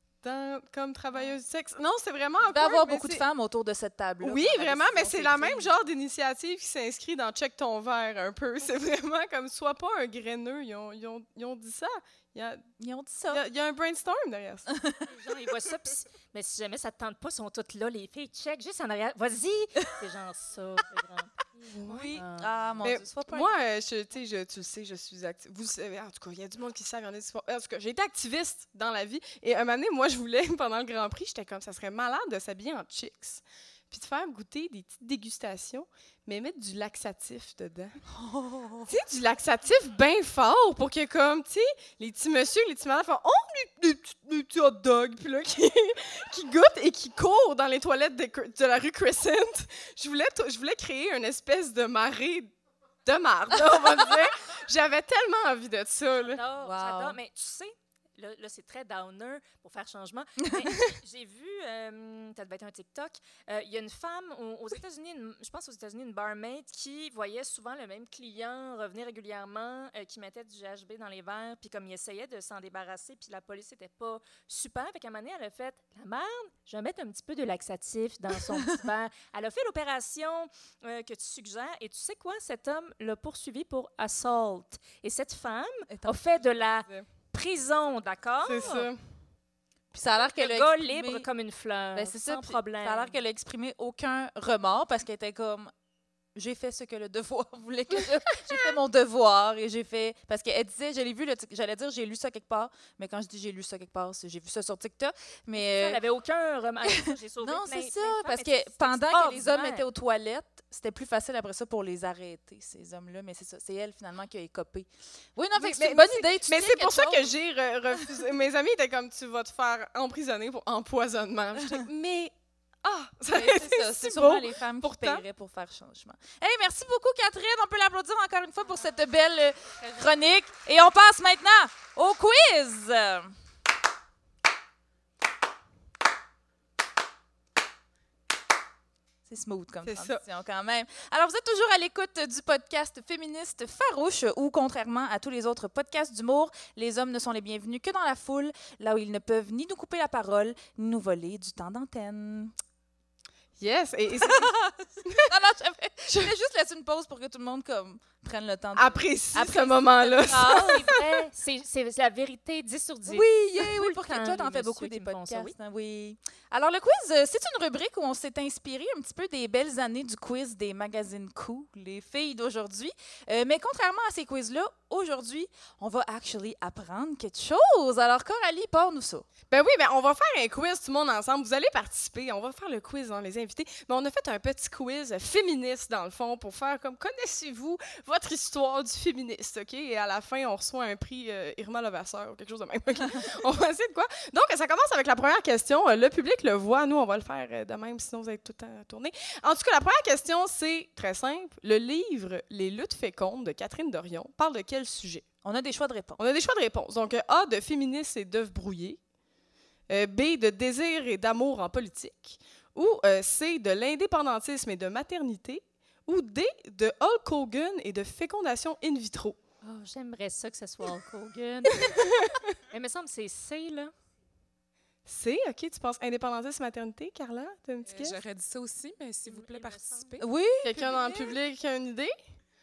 comme travailleuse du sexe. Non, c'est vraiment...
Il va y avoir beaucoup de femmes autour de cette table.
Oui, vraiment, mais c'est la même genre d'initiative qui s'inscrit dans Check ton verre un peu. C'est vraiment comme sois pas un graineux. Ils ont dit ça.
Ils ont dit ça.
Il y a un brainstorm derrière ça.
Les gens, ils voient ça, mais si jamais ça te tente pas, ils sont toutes là, les filles, check, juste en arrière. Vas-y! C'est genre ça, le Grand Prix.
Oui.
Ah.
Ah, mon
Mais
Dieu, sois pas
Moi, tu le sais, je suis activiste. Vous savez, en tout cas, il y a du monde qui le savent. En tout cas, j'ai été activiste dans la vie. Et un moment donné, moi, je voulais, pendant le Grand Prix, j'étais comme, ça serait malade de s'habiller en chicks. Puis de faire goûter des petites dégustations, mais mettre du laxatif dedans. Tu sais, du laxatif bien fort pour que, comme, tu sais, les petits messieurs, les petits madames font « Oh, des petits hot dogs! » Puis là, qui goûtent et qui courent dans les toilettes de la rue Crescent. Je voulais créer une espèce de marée de marde, là, on va dire. J'avais tellement envie de ça, là.
J'adore,
Wow.
j'adore. Mais tu sais, là c'est très downer pour faire changement. Mais j'ai vu, ça devait être un TikTok, il y a une femme aux États-Unis, je pense aux États-Unis, une barmaid qui voyait souvent le même client revenir régulièrement, qui mettait du GHB dans les verres, puis comme il essayait de s'en débarrasser, puis la police n'était pas super. Fait qu'à un moment donné, elle a fait « La merde, je vais mettre un petit peu de laxatif dans son petit verre. » Elle a fait l'opération que tu suggères, et tu sais quoi? Cet homme l'a poursuivi pour assault. Et cette femme a fait de la prison, d'accord?
C'est ça.
Puis ça a l'air
Le
qu'elle a
gars
exprimé...
libre comme une fleur,
Ben, c'est ça,
sans
puis
problème.
Ça a l'air qu'elle a exprimé aucun remords parce qu'elle était comme... J'ai fait ce que le devoir voulait que j'ai fait mon devoir et j'ai fait... Parce qu'elle disait, je l'ai vu, j'allais dire j'ai lu ça quelque part, mais quand je dis j'ai lu ça quelque part, j'ai vu ça sur TikTok, mais...
Elle n'avait aucun remords. J'ai sauvé
non,
plein-
c'est
plein
ça,
de femmes,
parce
mais
que
c'est
pendant que les hommes
extraordinaire.
étaient aux toilettes, c'était plus facile après ça pour les arrêter, ces hommes-là, mais c'est ça, c'est elle finalement qui a écopé. Oui, non, fait que c'est une bonne idée.
Mais c'est pour ça que j'ai refusé. Mes amis étaient comme, tu vas te faire emprisonner pour empoisonnement. J'étais, mais... Ah! Ça aurait été
C'est ça,
si
c'est
beau.
sûrement les femmes qui
Pourtant.
paieraient pour faire changement. Hey, merci beaucoup, Catherine. On peut l'applaudir encore une fois pour cette belle chronique. Et on passe maintenant au quiz. C'est smooth comme
C'est
transition quand même. Alors, vous êtes toujours à l'écoute du podcast féministe farouche où, contrairement à tous les autres podcasts d'humour, les hommes ne sont les bienvenus que dans la foule, là où ils ne peuvent ni nous couper la parole, ni nous voler du temps d'antenne.
Yes.
Non, je voulais juste laisser une pause pour que tout le monde comme prenne le temps de...
Apprécie ce moment-là.
Ah, c'est vrai. C'est la vérité, 10 sur 10.
Oui, oui,
Tout
pour
le
que
temps,
toi, t'en
les
fais beaucoup
messieurs
des
qui me font ça,
podcasts. Hein, oui. Alors, le quiz, c'est une rubrique où on s'est inspiré un petit peu des belles années du quiz des magazines cool, les filles d'aujourd'hui. Mais contrairement à ces quiz-là, aujourd'hui, on va actually apprendre quelque chose. Alors, Coralie, parle-nous ça.
Ben oui, on va faire un quiz tout le monde ensemble. Vous allez participer. On va faire le quiz, hein, les invités. Mais on a fait un petit quiz féministe, dans le fond, pour faire comme connaissez-vous votre histoire du féministe, OK? Et à la fin, on reçoit un prix Irma Levasseur ou quelque chose de même. OK? On va essayer de quoi? Donc, ça commence avec la première question. Le public le voit. Nous, on va le faire de même, sinon vous allez tout le temps tourner. En tout cas, la première question, c'est très simple. Le livre Les luttes fécondes de Catherine Dorion parle de quel sujet?
On a des choix de réponse.
On a des choix de réponse. Donc, A, de féminisme et d'œuvres brouillées. B, de désir et d'amour en politique. Ou C, de l'indépendantisme et de maternité. Ou D, de Hulk Hogan et de fécondation in vitro.
Oh, j'aimerais ça que ce soit Hulk Hogan. Il me semble que c'est C, là.
C, OK, tu penses indépendantisme, maternité, Carla? T'as un petit guess?
J'aurais dit ça aussi, mais s'il vous plaît, participez.
Oui?
Quelqu'un dans le public qui a une idée?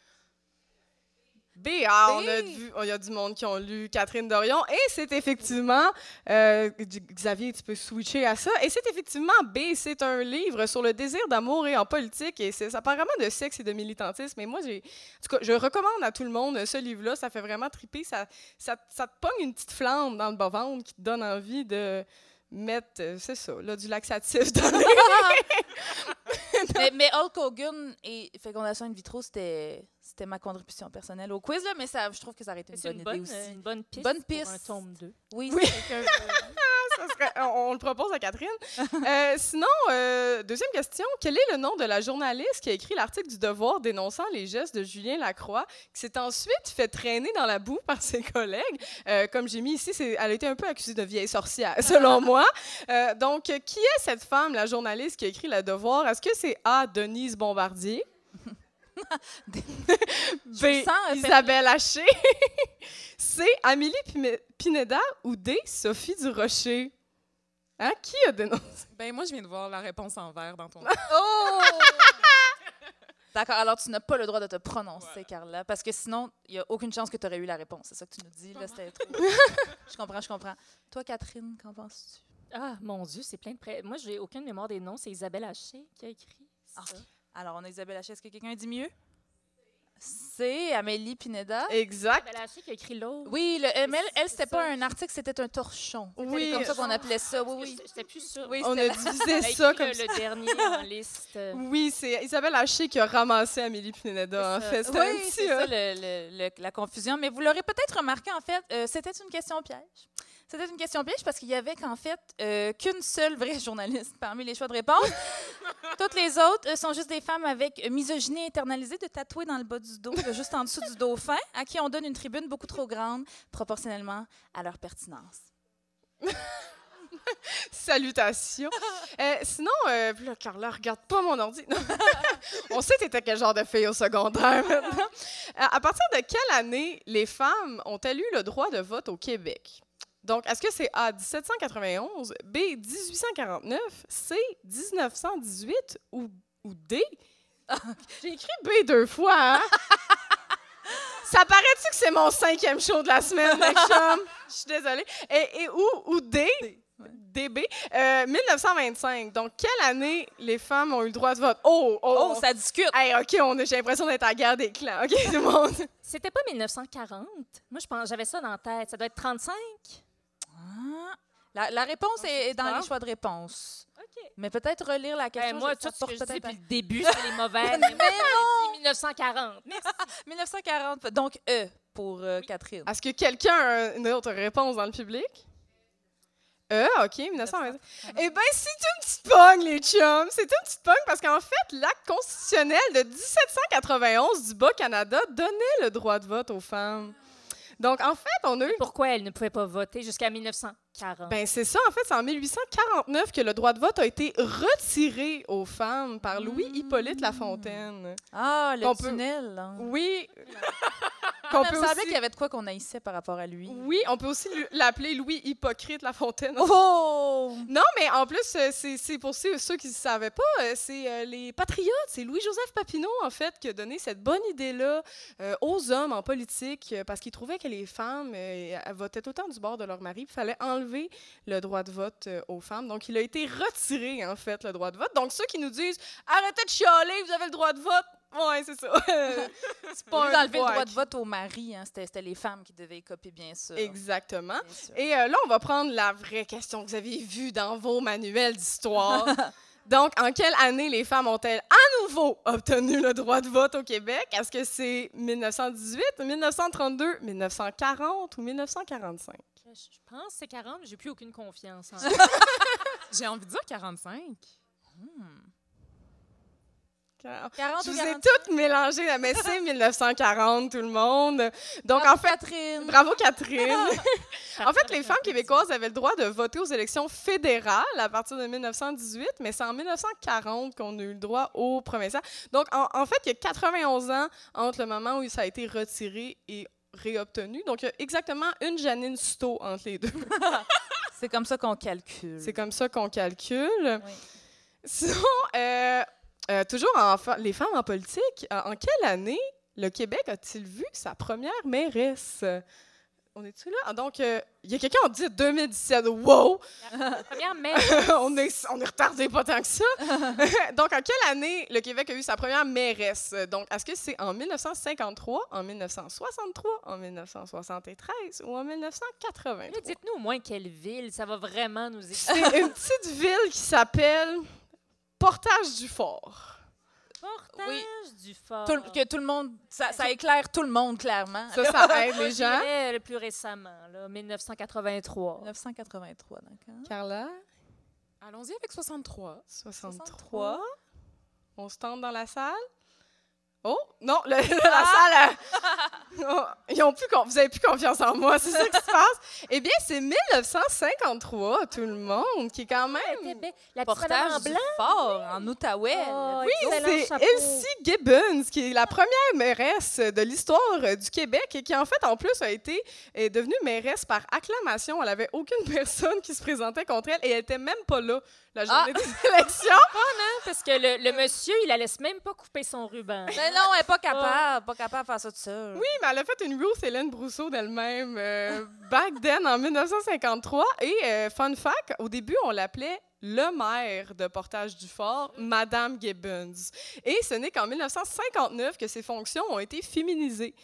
B, on y a du monde qui ont lu Catherine Dorion, et c'est effectivement, Xavier, tu peux switcher à ça, et c'est effectivement B, c'est un livre sur le désir d'amour et en politique, et ça parle vraiment de sexe et de militantisme, et moi, en tout cas, je recommande à tout le monde ce livre-là, ça fait vraiment triper, ça te pogne une petite flamme dans le bas-ventre qui te donne envie de mettre, c'est ça, là, du laxatif dans les...
mais Hulk Hogan et fécondation in vitro, c'était ma contribution personnelle au quiz, là, mais ça, je trouve que ça aurait été une bonne idée aussi.
Une bonne piste,
Bonne piste.
pour un tome 2.
Oui,
Oui.
c'est quelqu'un...
On le propose à Catherine. Sinon, deuxième question, quel est le nom de la journaliste qui a écrit l'article du Devoir dénonçant les gestes de Julien Lacroix, qui s'est ensuite fait traîner dans la boue par ses collègues? Comme j'ai mis ici, elle a été un peu accusée de vieille sorcière, selon moi. Donc, qui est cette femme, la journaliste qui a écrit le Devoir? Est-ce que c'est A, Denise Bombardier? B, Isabelle Haché? C, Amélie Pineda? Ou D, Sophie Durocher? Hein? Qui a dénoncé?
Ben moi, je viens de voir la réponse en vert dans ton...
Oh! D'accord, alors tu n'as pas le droit de te prononcer, Carla, parce que sinon, il n'y a aucune chance que tu aurais eu la réponse. C'est ça que tu nous dis, là, c'était trop... Je comprends. Toi, Catherine, qu'en penses-tu?
Ah, mon Dieu, c'est plein de prêts. Moi, j'ai aucune mémoire des noms. C'est Isabelle Haché qui a écrit ça.
Alors, on a Isabelle Haché. Est-ce que quelqu'un dit mieux? C'est Amélie Pineda.
Exact.
Isabelle Haché qui a écrit l'autre.
Oui, elle, c'était pas un article, c'était un torchon.
Oui.
C'est comme ça qu'on appelait ça. Oui.
J'étais plus sûre.
Oui,
On a divisé
Elle a
ça
écrit
comme ça.
le dernier en liste.
Oui, c'est Isabelle Haché qui a ramassé Amélie Pineda, en fait. C'était un
Oui,
petit,
c'est ça la confusion. Mais vous l'aurez peut-être remarqué, en fait, c'était une question piège. C'était une question piège parce qu'il y avait qu'en fait qu'une seule vraie journaliste parmi les choix de réponse. Toutes les autres sont juste des femmes avec misogynie internalisée de tatouer dans le bas du dos, juste en dessous du dauphin, à qui on donne une tribune beaucoup trop grande proportionnellement à leur pertinence.
Salutations. Sinon, là, Carla, regarde pas mon ordi. Non. On sait t'étais quel genre de fille au secondaire maintenant. À partir de quelle année les femmes ont-elles eu le droit de vote au Québec? Donc, est-ce que c'est A, 1791, B, 1849, C, 1918 ou D? J'ai écrit B 2 fois, hein? Ça paraît-tu que c'est mon 5e show de la semaine, mec chum? Je suis désolée. Ou D? DB, 1925. Donc, quelle année les femmes ont eu le droit de vote?
Oh, ça discute!
Hey, OK, j'ai l'impression d'être à la guerre des clans. OK, tout le monde?
C'était pas 1940? Moi, je pense, j'avais ça dans la tête. Ça doit être 35?
La réponse est dans les choix de réponse.
OK.
Mais peut-être relire la question.
Moi,
ça
tout ce que je dis
peut-être
depuis le début, c'est les mauvaises. Mais moi, j'ai dit 1940. Merci.
1940. Donc, pour Catherine.
Est-ce que quelqu'un a une autre réponse dans le public? OK, 1925. Eh bien, c'est une petite pogne, les chums. C'est une petite pogne parce qu'en fait, l'acte constitutionnel de 1791 du Bas-Canada donnait le droit de vote aux femmes. Donc, en fait, on a eu...
Pourquoi elle ne pouvait pas voter jusqu'à 1900? 1840.
Ben c'est ça, en fait, c'est en 1849 que le droit de vote a été retiré aux femmes par Louis-Hippolyte Lafontaine.
Ah, le
Qu'on peut-
tunnel. Hein.
Oui.
Il
Qu'on
me
peut
semblait
aussi-
qu'il y avait de quoi qu'on haïssait par rapport à lui.
Oui, on peut aussi l'appeler Louis-Hypocrite Lafontaine.
Oh!
Non, mais en plus, c'est pour ceux qui ne savaient pas, c'est les patriotes. C'est Louis-Joseph Papineau, en fait, qui a donné cette bonne idée-là aux hommes en politique parce qu'il trouvait que les femmes elles votaient tout le temps du bord de leur mari. Il fallait enlever le droit de vote aux femmes. Donc, il a été retiré, en fait, le droit de vote. Donc, ceux qui nous disent « Arrêtez de chialer, vous avez le droit de vote », ouais, c'est ça. C'est
Au
pas
lieu
un
d'enlever le droit de
acquis.
vote au mari, hein, c'était les femmes qui devaient copier bien sûr.
Exactement.
Bien sûr.
Et là, on va prendre la vraie question que vous avez vue dans vos manuels d'histoire. Donc, en quelle année les femmes ont-elles à nouveau obtenu le droit de vote au Québec? Est-ce que c'est 1918, 1932, 1940 ou 1945?
Je pense que c'est 40, mais j'ai plus aucune confiance en
J'ai envie de dire 45.
40
Je
ou
vous ai
45?
toutes mélangées, là, mais c'est 1940, tout le monde. Donc,
Bravo,
en fait,
Catherine.
bravo Catherine. En fait, les femmes québécoises avaient le droit de voter aux élections fédérales à partir de 1918, mais c'est en 1940 qu'on a eu le droit aux provinciales. Donc, en fait, il y a 91 ans entre le moment où ça a été retiré et réobtenu. Donc, il y a exactement une Janine Souto entre les deux.
C'est comme ça qu'on calcule.
C'est comme ça qu'on calcule.
Oui.
Sinon, toujours les femmes en politique, en quelle année le Québec a-t-il vu sa première mairesse? On est-tu là? Ah, donc, il y a quelqu'un qui dit 2017. Wow!
première mère.
on est retardé pas tant que ça. Donc, en quelle année le Québec a eu sa première mairesse? Donc, est-ce que c'est en 1953, en 1963, en 1973 ou en 1983?
Là, dites-nous au moins quelle ville, ça va vraiment nous aider.
C'est une petite ville qui s'appelle Portage-du-Fort.
Portage du fort.
Que tout le monde, ça éclaire tout le monde, clairement.
Ça aide les
Je
gens.
dirais le plus récemment, là, 1983.
1983, d'accord.
Carla,
Allons-y avec 63.
63. On se tente dans la salle. Oh, non, la salle, vous avez plus confiance en moi, c'est ça qui se passe? Eh bien, c'est 1953, tout le monde, qui est quand même...
La petite madame en
Portage du
blanc.
fort, en Outaouais.
Oh,
Oui,
excellent
c'est
chapeau.
Elsie Gibbons, qui est la première mairesse de l'histoire du Québec et qui, en fait, en plus, est devenue mairesse par acclamation. Elle n'avait aucune personne qui se présentait contre elle et elle n'était même pas là la journée des élections.
Parce que le monsieur, il la laisse même pas couper son ruban.
Mais non, elle n'est pas capable de faire ça toute seule.
Oui, mais elle a fait une Ruth Hélène Brousseau d'elle-même back then, en 1953. Et fun fact, au début, on l'appelait le maire de Portage-du-Fort, Madame Gibbons. Et ce n'est qu'en 1959 que ses fonctions ont été féminisées.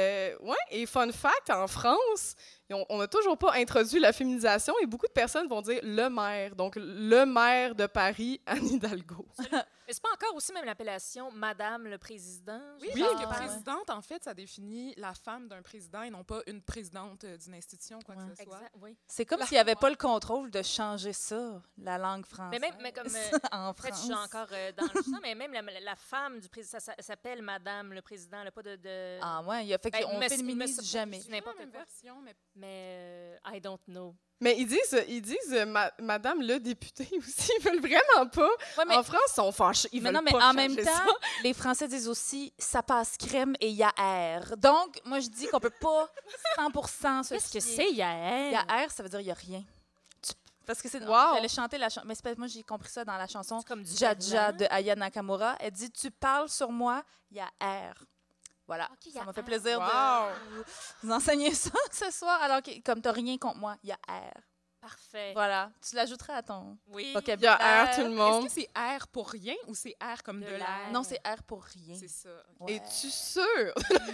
Et fun fact, en France, on n'a toujours pas introduit la féminisation et beaucoup de personnes vont dire le maire. Donc, le maire de Paris, Anne Hidalgo.
Mais c'est pas encore aussi même l'appellation Madame le Président?
Oui,
Oui,
parce
ah,
que
ouais.
présidente, en fait, ça définit la femme d'un président et non pas une présidente d'une institution, quoi
Ouais.
que ce soit.
Exact, oui.
C'est comme s'il n'y avait pas le contrôle de changer ça, la langue française.
Mais comme...
en
En fait, je
France.
suis encore dans le champ, mais même la femme du président, ça s'appelle Madame le Président, elle n'a pas de...
Ah ouais, il a fait
Ben,
qu'on
me-
féminise
me-
jamais.
C'est n'importe
C'est la même
quoi.
version, mais
Mais I don't know.
Mais ils disent Madame le député aussi. Ils veulent vraiment pas.
Ouais, mais,
En France, ils sont fâchés. Ils
mais
veulent
non, mais
pas
en même
changer
temps,
ça.
les Français disent aussi ça passe crème et il y a air. Donc, moi, je dis qu'on peut pas 100% se
Qu'est-ce que
fier.
c'est,
Il y a
Yael?
air, ça veut dire il y a rien. Parce que c'est.
Wow.
J'allais chanter la chanson. Mais c'est pas moi, j'ai compris ça dans la chanson
C'est comme du
Jaja
verlan.
de Aya Nakamura. Elle dit tu parles sur moi, il y a air. Voilà.
Ok, il y
Ça
a
m'a fait
air.
plaisir
Wow.
de vous enseigner ça ce soir. Alors que, comme tu n'as rien contre moi, il y a air.
Parfait.
Voilà. Tu l'ajouteras à ton
Oui.
Il y
vocabulaire.
a air, tout le
est-ce
monde.
que c'est air pour rien ou c'est air comme
De
de
l'air.
l'air?
Non, c'est air pour rien.
C'est ça.
Ouais.
Es-tu sûre?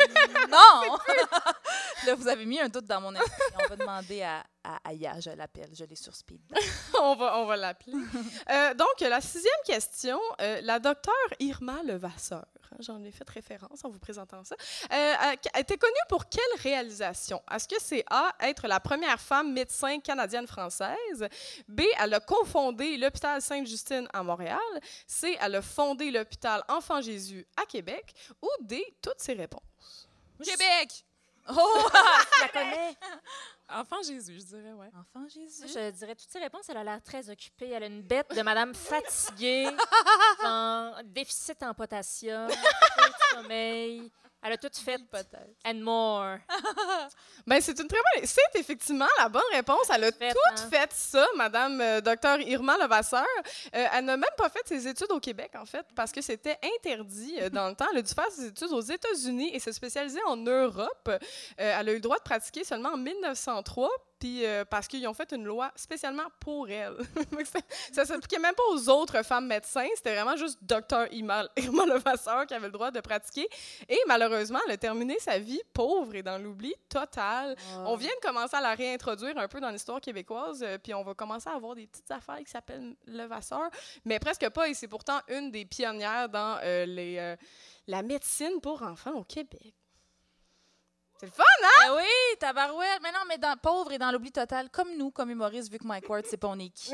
Non! Là, vous avez mis un doute dans mon esprit. On va demander à Aya, je l'appelle, je l'ai sur speed.
on va l'appeler. Donc, la 6e question, la docteure Irma Levasseur, hein, j'en ai fait référence en vous présentant ça, était connue pour quelle réalisation? Est-ce que c'est A, être la première femme médecin canadienne-française? B, elle a cofondé l'hôpital Sainte-Justine à Montréal? C, elle a fondé l'hôpital Enfant-Jésus à Québec? Ou D, toutes ces réponses?
Québec!
Oh!
Je la connais.
Enfant Jésus, je dirais, ouais.
Enfant Jésus.
Je dirais toutes ces réponses, elle a l'air très occupée. Elle a une bête de madame fatiguée, genre déficit en potassium, peu de sommeil. Elle a tout fait and more.
Ben, c'est une très bonne... C'est effectivement la bonne réponse. Elle a tout fait ça, Madame Dr Irma Levasseur. Elle n'a même pas fait ses études au Québec, en fait, parce que c'était interdit dans le temps. Elle a dû faire ses études aux États-Unis et se spécialiser en Europe. Elle a eu le droit de pratiquer seulement en 1903. Puis parce qu'ils ont fait une loi spécialement pour elle. Ça ne s'appliquait même pas aux autres femmes médecins. C'était vraiment juste Dr Irma Levasseur qui avait le droit de pratiquer. Et malheureusement, elle a terminé sa vie pauvre et dans l'oubli total. Oh. On vient de commencer à la réintroduire un peu dans l'histoire québécoise. Puis on va commencer à avoir des petites affaires qui s'appellent Levasseur, mais presque pas. Et c'est pourtant une des pionnières dans la médecine pour enfants au Québec. C'est le fun, hein?
Ben oui, tabarouette. Mais non, mais pauvre et dans l'oubli total, comme nous, comme humoristes, vu que Mike Ward, c'est pas on est qui.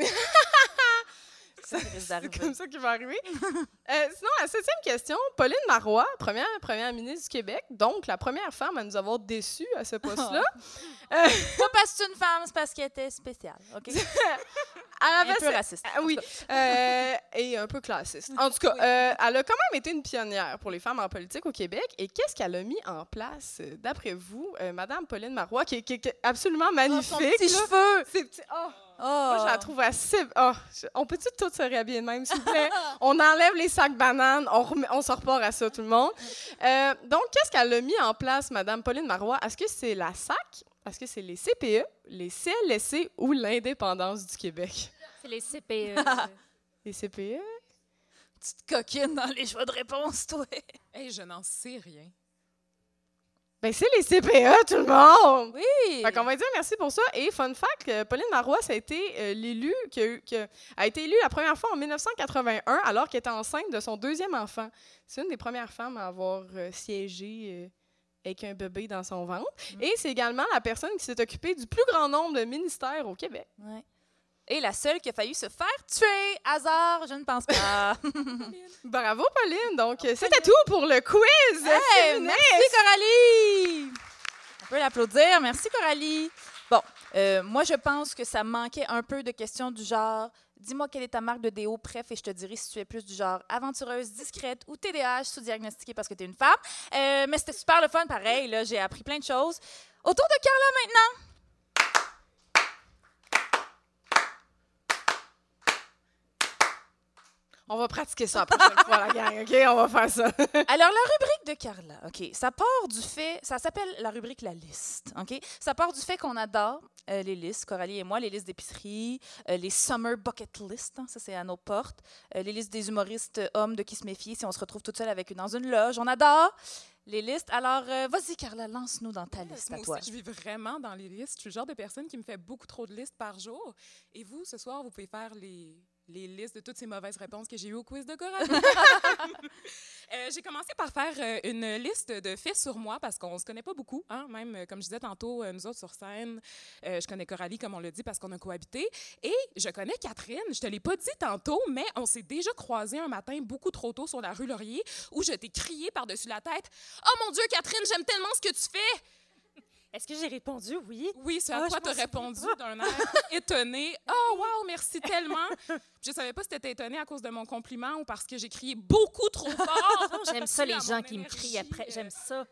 C'est comme ça qu'il va arriver. Sinon, la 7e question, Pauline Marois, première ministre du Québec, donc la première femme à nous avoir déçus à ce poste-là.
Pas parce que c'est une femme, c'est parce qu'elle était spéciale, OK? Un peu raciste.
Oui, et un peu classiste. En tout cas, elle a quand même été une pionnière pour les femmes en politique au Québec. Et qu'est-ce qu'elle a mis en place, d'après vous, Madame Pauline Marois, qui est absolument magnifique?
Son petit cheveux!
Ses petits... Moi, je la trouve assez... on peut-tu tous se réhabiller de même, s'il vous plaît? On enlève les sacs bananes, on se repart à ça, tout le monde. Donc, qu'est-ce qu'elle a mis en place, Madame Pauline Marois? Est-ce que c'est la SAC? Est-ce que c'est les CPE, les CLSC ou l'indépendance du Québec?
C'est les CPE.
Les CPE?
Petite coquine dans les choix de réponse, toi.
Hey, je n'en sais rien.
Ben, c'est les CPE, tout le monde!
Oui!
Fait qu'on va dire merci pour ça. Et fun fact, Pauline Marois, ça a été l'élu qui a été élue la première fois en 1981, alors qu'elle était enceinte de son 2e enfant. C'est une des premières femmes à avoir siégé avec un bébé dans son ventre. Et c'est également la personne qui s'est occupée du plus grand nombre de ministères au Québec.
Ouais. Et la seule qui a failli se faire tuer. Hasard, je ne pense pas.
Bravo, Pauline! Donc, c'était tout pour le quiz!
Hey, merci, Coralie! On peut l'applaudir. Merci, Coralie. Bon, moi, je pense que ça manquait un peu de questions du genre « Dis-moi quelle est ta marque de déo, bref, et je te dirai si tu es plus du genre aventureuse, discrète ou TDAH sous-diagnostiquée parce que tu es une femme. » Mais c'était super le fun, pareil. Là, j'ai appris plein de choses. Autour de Carla maintenant.
On va pratiquer ça la prochaine fois, la gang, OK? On va faire ça.
Alors, la rubrique de Carla, OK, ça part du fait... Ça s'appelle la rubrique « La liste », OK? Ça part du fait qu'on adore les listes, Coralie et moi, les listes d'épicerie, les summer bucket list, hein, ça c'est à nos portes, les listes des humoristes hommes de qui se méfier si on se retrouve toute seule dans une loge. On adore les listes. Alors, vas-y, Carla, lance-nous dans ta liste à
moi
toi.
aussi, je vis vraiment dans les listes. Je suis le genre de personne qui me fait beaucoup trop de listes par jour. Et vous, ce soir, vous pouvez faire les listes de toutes ces mauvaises réponses que j'ai eues au quiz de Coralie. J'ai commencé par faire une liste de faits sur moi parce qu'on ne se connaît pas beaucoup. Hein? Même, comme je disais tantôt, nous autres sur scène, je connais Coralie, comme on l'a dit, parce qu'on a cohabité. Et je connais Catherine. Je ne te l'ai pas dit tantôt, mais on s'est déjà croisés un matin beaucoup trop tôt sur la rue Laurier où je t'ai crié par-dessus la tête « Oh mon Dieu, Catherine, j'aime tellement ce que tu fais! »
Est-ce que j'ai répondu oui?
Oui, c'est à toi tu as répondu d'un air étonné. « Oh, wow, merci tellement! » Je ne savais pas si tu étais étonnée à cause de mon compliment ou parce que j'ai crié beaucoup trop fort.
J'aime ça, les gens qui me crient après. J'aime ça.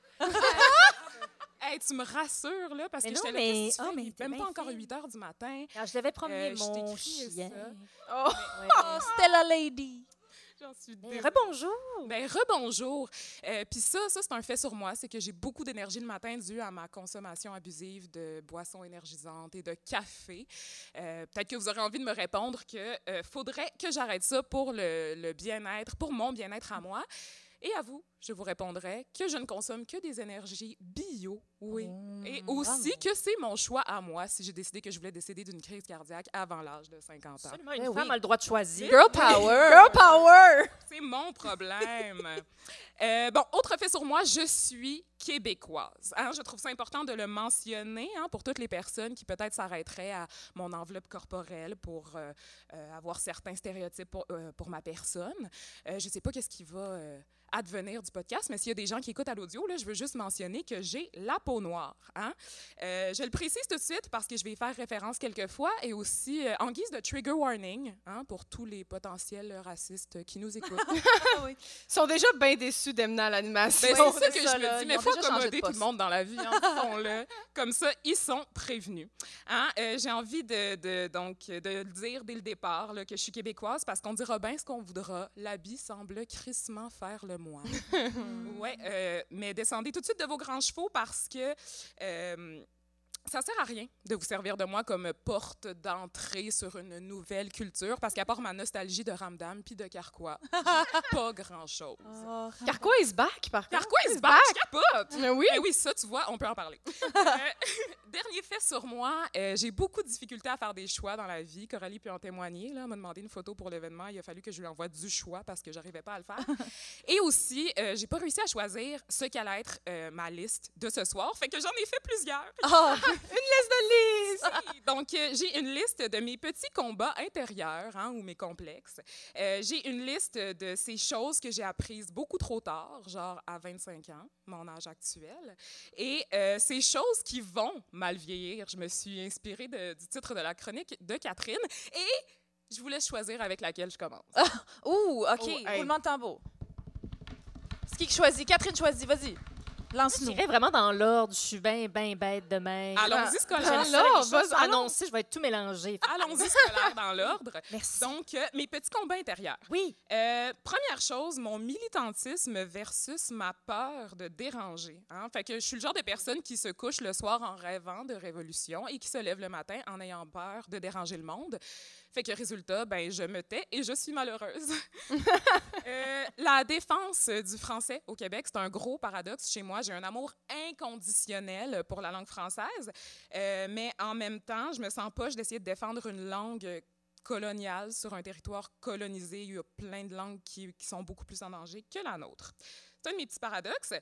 Hey, tu me rassures, là, parce
mais
que
non,
je te
mais...
il n'est même pas encore 8 heures du matin.
Alors, je devais promener mon chien.
Oh, Stella Lady!
J'en suis désolée.
Rebonjour!
Ben, rebonjour! Puis ça, c'est un fait sur moi, c'est que j'ai beaucoup d'énergie le matin dû à ma consommation abusive de boissons énergisantes et de café. Peut-être que vous aurez envie de me répondre que faudrait que j'arrête ça pour le bien-être, pour mon bien-être à moi. Et à vous, je vous répondrai que je ne consomme que des énergies bio, oui. Et aussi que c'est mon choix à moi si j'ai décidé que je voulais décéder d'une crise cardiaque avant l'âge de 50 ans.
Absolument, une femme a le droit de choisir.
Girl power!
Girl power!
C'est mon problème. Bon, autre fait sur moi, je suis québécoise. Hein? Je trouve ça important de le mentionner pour toutes les personnes qui peut-être s'arrêteraient à mon enveloppe corporelle pour avoir certains stéréotypes pour ma personne. Je ne sais pas qu'est-ce qui va advenir du podcast, mais s'il y a des gens qui écoutent à l'audio, là, je veux juste mentionner que j'ai la peau noire. Hein? Je le précise tout de suite parce que je vais y faire référence quelques fois et aussi en guise de trigger warning, hein, pour tous les potentiels racistes qui nous écoutent.
Ils sont déjà bien déçus d'Emna à l'animation.
Ben, c'est ça
c'est
que
ça,
je me
là.
dis,
Ils
mais
ont
il faut
déjà changé de
accommoder tout
poste.
le monde dans la vie, hein, disons-le. Comme ça, ils sont prévenus. Hein? J'ai envie donc, de le dire dès le départ là, que je suis québécoise parce qu'on dira bien ce qu'on voudra. L'habit semble crissement faire le moine. Ouais, mais descendez tout de suite de vos grands chevaux parce que ça sert à rien de vous servir de moi comme porte d'entrée sur une nouvelle culture parce qu'à part ma nostalgie de Ramdam puis de Carquois, j'ai pas grand-chose.
Carquois is back, par contre.
Carquois is back, je capote!
Mais oui.
Eh oui, ça, tu vois, on peut en parler. Dernier fait sur moi, j'ai beaucoup de difficultés à faire des choix dans la vie. Coralie peut en témoigner. Là, elle m'a demandé une photo pour l'événement. Il a fallu que je lui envoie du choix parce que j'arrivais pas à le faire. Et aussi, j'ai pas réussi à choisir ce qu'allait être ma liste de ce soir. Fait que j'en ai fait plusieurs. Si, donc, j'ai une liste de mes petits combats intérieurs, hein, ou mes complexes. J'ai une liste de ces choses que j'ai apprises beaucoup trop tard, genre à 25 ans, mon âge actuel. Et ces choses qui vont mal vieillir. Je me suis inspirée du titre de la chronique de Catherine. Et je vous laisse choisir avec laquelle je commence.
Ouh, OK.
hey.
Roulement de tambour. C'est qui choisit? Catherine choisit. Vas-y.
Je
Lance-nous.
dirais vraiment dans l'ordre. Je suis bien bête de même.
Allons-y,
J'aime
scolaire.
ça,
Alors,
les choses
vas-y, allons.
annoncées, je vais être tout mélangé.
Allons-y, scolaire, dans l'ordre.
Merci.
Donc, mes petits combats intérieurs.
Oui.
Première chose, mon militantisme versus ma peur de déranger. Hein? Fait que je suis le genre de personne qui se couche le soir en rêvant de révolution et qui se lève le matin en ayant peur de déranger le monde. Fait que résultat, ben, je me tais et je suis malheureuse. La défense du français au Québec, c'est un gros paradoxe chez moi. J'ai un amour inconditionnel pour la langue française, mais en même temps, je me sens poche d'essayer de défendre une langue coloniale sur un territoire colonisé. Il y a plein de langues qui sont beaucoup plus en danger que la nôtre. C'est un de mes petits paradoxes.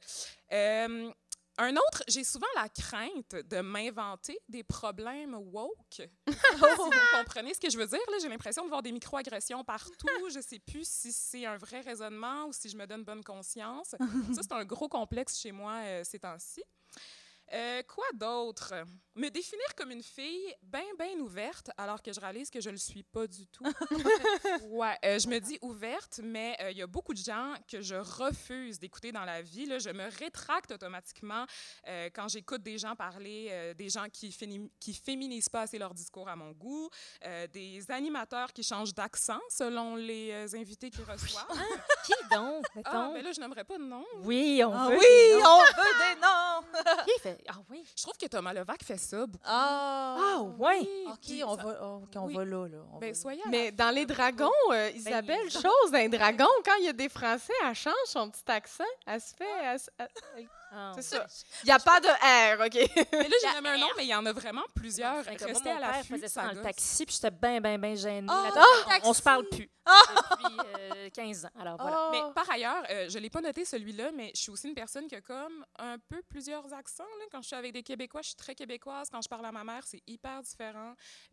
Un autre, j'ai souvent la crainte de m'inventer des problèmes woke. Si vous comprenez ce que je veux dire, là, j'ai l'impression de voir des micro-agressions partout. Je ne sais plus si c'est un vrai raisonnement ou si je me donne bonne conscience. Ça, c'est un gros complexe chez moi ces temps-ci. Quoi d'autre? Me définir comme une fille bien ouverte, alors que je réalise que je ne le suis pas du tout. Ouais, je me dis ouverte, mais il y a beaucoup de gens que je refuse d'écouter dans la vie. Là, je me rétracte automatiquement quand j'écoute des gens parler, des gens qui féminisent pas assez leur discours à mon goût, des animateurs qui changent d'accent selon les invités qu'ils reçoivent.
Qui donc, mettons?
Ah, mais là, je n'aimerais pas de nom.
Oui, on
Ah
veut.
oui,
des noms.
on veut des noms.
Qui fait? Ah oui.
Je trouve que Thomas Levac fait ça beaucoup.
Ah ouais.
OK,
Puis
on
ça-
va,
oui.
là. On
Ben,
va.
soyez à
Mais
la-
dans Les Dragons, Isabelle Chose, dans Les Dragons, quand il y a des Français, elle change son petit accent. Elle se fait...
Ah,
C'est ça. Il n'y a pas de R, OK?
Mais là, j'ai nommé un nom, mais il y en a vraiment plusieurs.
Fait que moi,
Restez à
mon père
l'affût,
faisait ça dans le
gosse.
taxi, puis j'étais bien gênée.
Oh,
Là-dedans.
taxi!
On se parle plus depuis 15 ans. Alors voilà.
Mais par ailleurs, je ne l'ai pas noté celui-là, mais je suis aussi une personne qui a comme un peu plusieurs accents. Là. Quand je suis avec des Québécois, je suis très québécoise. Quand je parle à ma mère, c'est hyper différent.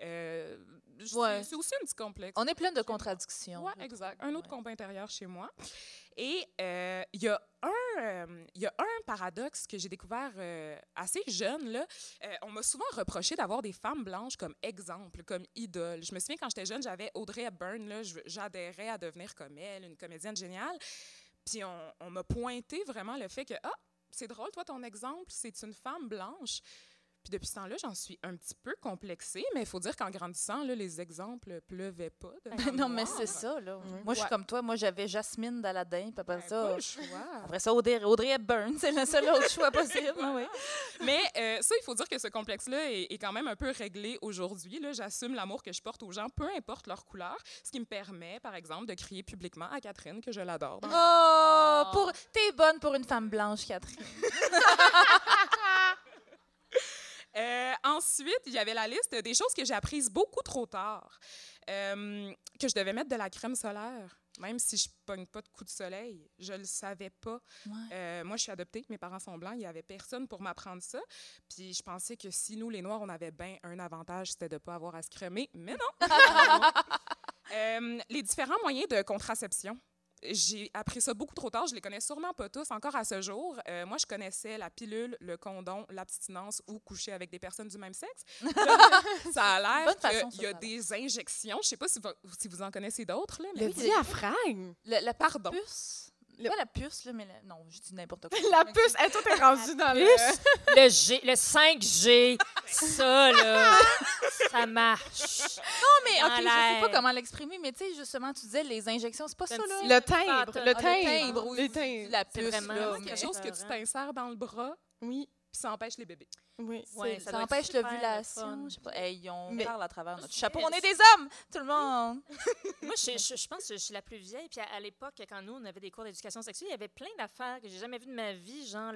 Ouais.
C'est aussi un petit complexe.
On est plein de contradictions.
Oui, exact. Un autre combat intérieur chez moi. Et il y a un paradoxe que j'ai découvert assez jeune. Là. On m'a souvent reproché d'avoir des femmes blanches comme exemple, comme idole. Je me souviens, quand j'étais jeune, j'avais Audrey Hepburn. Là, j'adhérais à devenir comme elle, une comédienne géniale. Puis on m'a pointé vraiment le fait que, ah, c'est drôle, toi, ton exemple, c'est une femme blanche. Puis depuis ce temps-là, j'en suis un petit peu complexée, mais il faut dire qu'en grandissant, là, les exemples pleuvaient pas.
Non, mais c'est ça, là. Moi, je suis
Ouais.
comme toi. Moi, j'avais Jasmine d'Aladin, puis après ça...
Pas le choix.
Après ça, Audrey Hepburn, c'est le seul autre choix possible. Oui.
Mais ça, il faut dire que ce complexe-là est quand même un peu réglé aujourd'hui. Là. J'assume l'amour que je porte aux gens, peu importe leur couleur, ce qui me permet, par exemple, de crier publiquement à Catherine que je l'adore.
Oh, t'es bonne pour une femme blanche, Catherine.
Ensuite, il y avait la liste des choses que j'ai apprises beaucoup trop tard. Que je devais mettre de la crème solaire, même si je ne pogne pas de coups de soleil. Je ne le savais pas.
Ouais.
Moi, je suis adoptée, mes parents sont blancs, il n'y avait personne pour m'apprendre ça. Puis je pensais que si nous, les Noirs, on avait bien un avantage, c'était de ne pas avoir à se cremer. Mais non! Les différents moyens de contraception. j'ai appris ça beaucoup trop tard. Je les connais sûrement pas tous encore à ce jour. Moi, je connaissais la pilule, le condom, l'abstinence ou coucher avec des personnes du même sexe. Ça a l'air
Bonne façon,
qu'il y a
ça.
des injections. Je sais pas si vous en connaissez d'autres. Là,
Le
mais
diaphragme.
La
Pardon.
puce.
Le-
Pas la puce, là, mais non, je dis n'importe quoi.
La puce. Hey, toi, t'es rendu dans le...
Le 5G, ça, là, ça marche.
Non, mais
Dans
OK, je sais
l'air.
pas comment l'exprimer, mais tu sais, justement, tu disais les injections, c'est pas
C'est
ça,
un
là?
petit-
Le timbre.
Ah,
Le
Ah,
timbre.
oui.
Les timbres.
La
C'est
puce,
vraiment-
là.
Ouais,
mais-
quelque chose que tu t'insères dans le bras,
Oui.
puis ça empêche les bébés.
Oui.
Ouais,
Ça
doit être
empêche
super
l'ovulation.
le
Je sais pas. Hey, on
Mais-
parle à travers notre chapeau.
Mais-
On est des hommes, tout le monde.
Moi, je pense que je suis la plus vieille. Puis à l'époque, quand nous, on avait des cours d'éducation sexuelle, il y avait plein d'affaires que j'ai jamais vues de ma vie, genre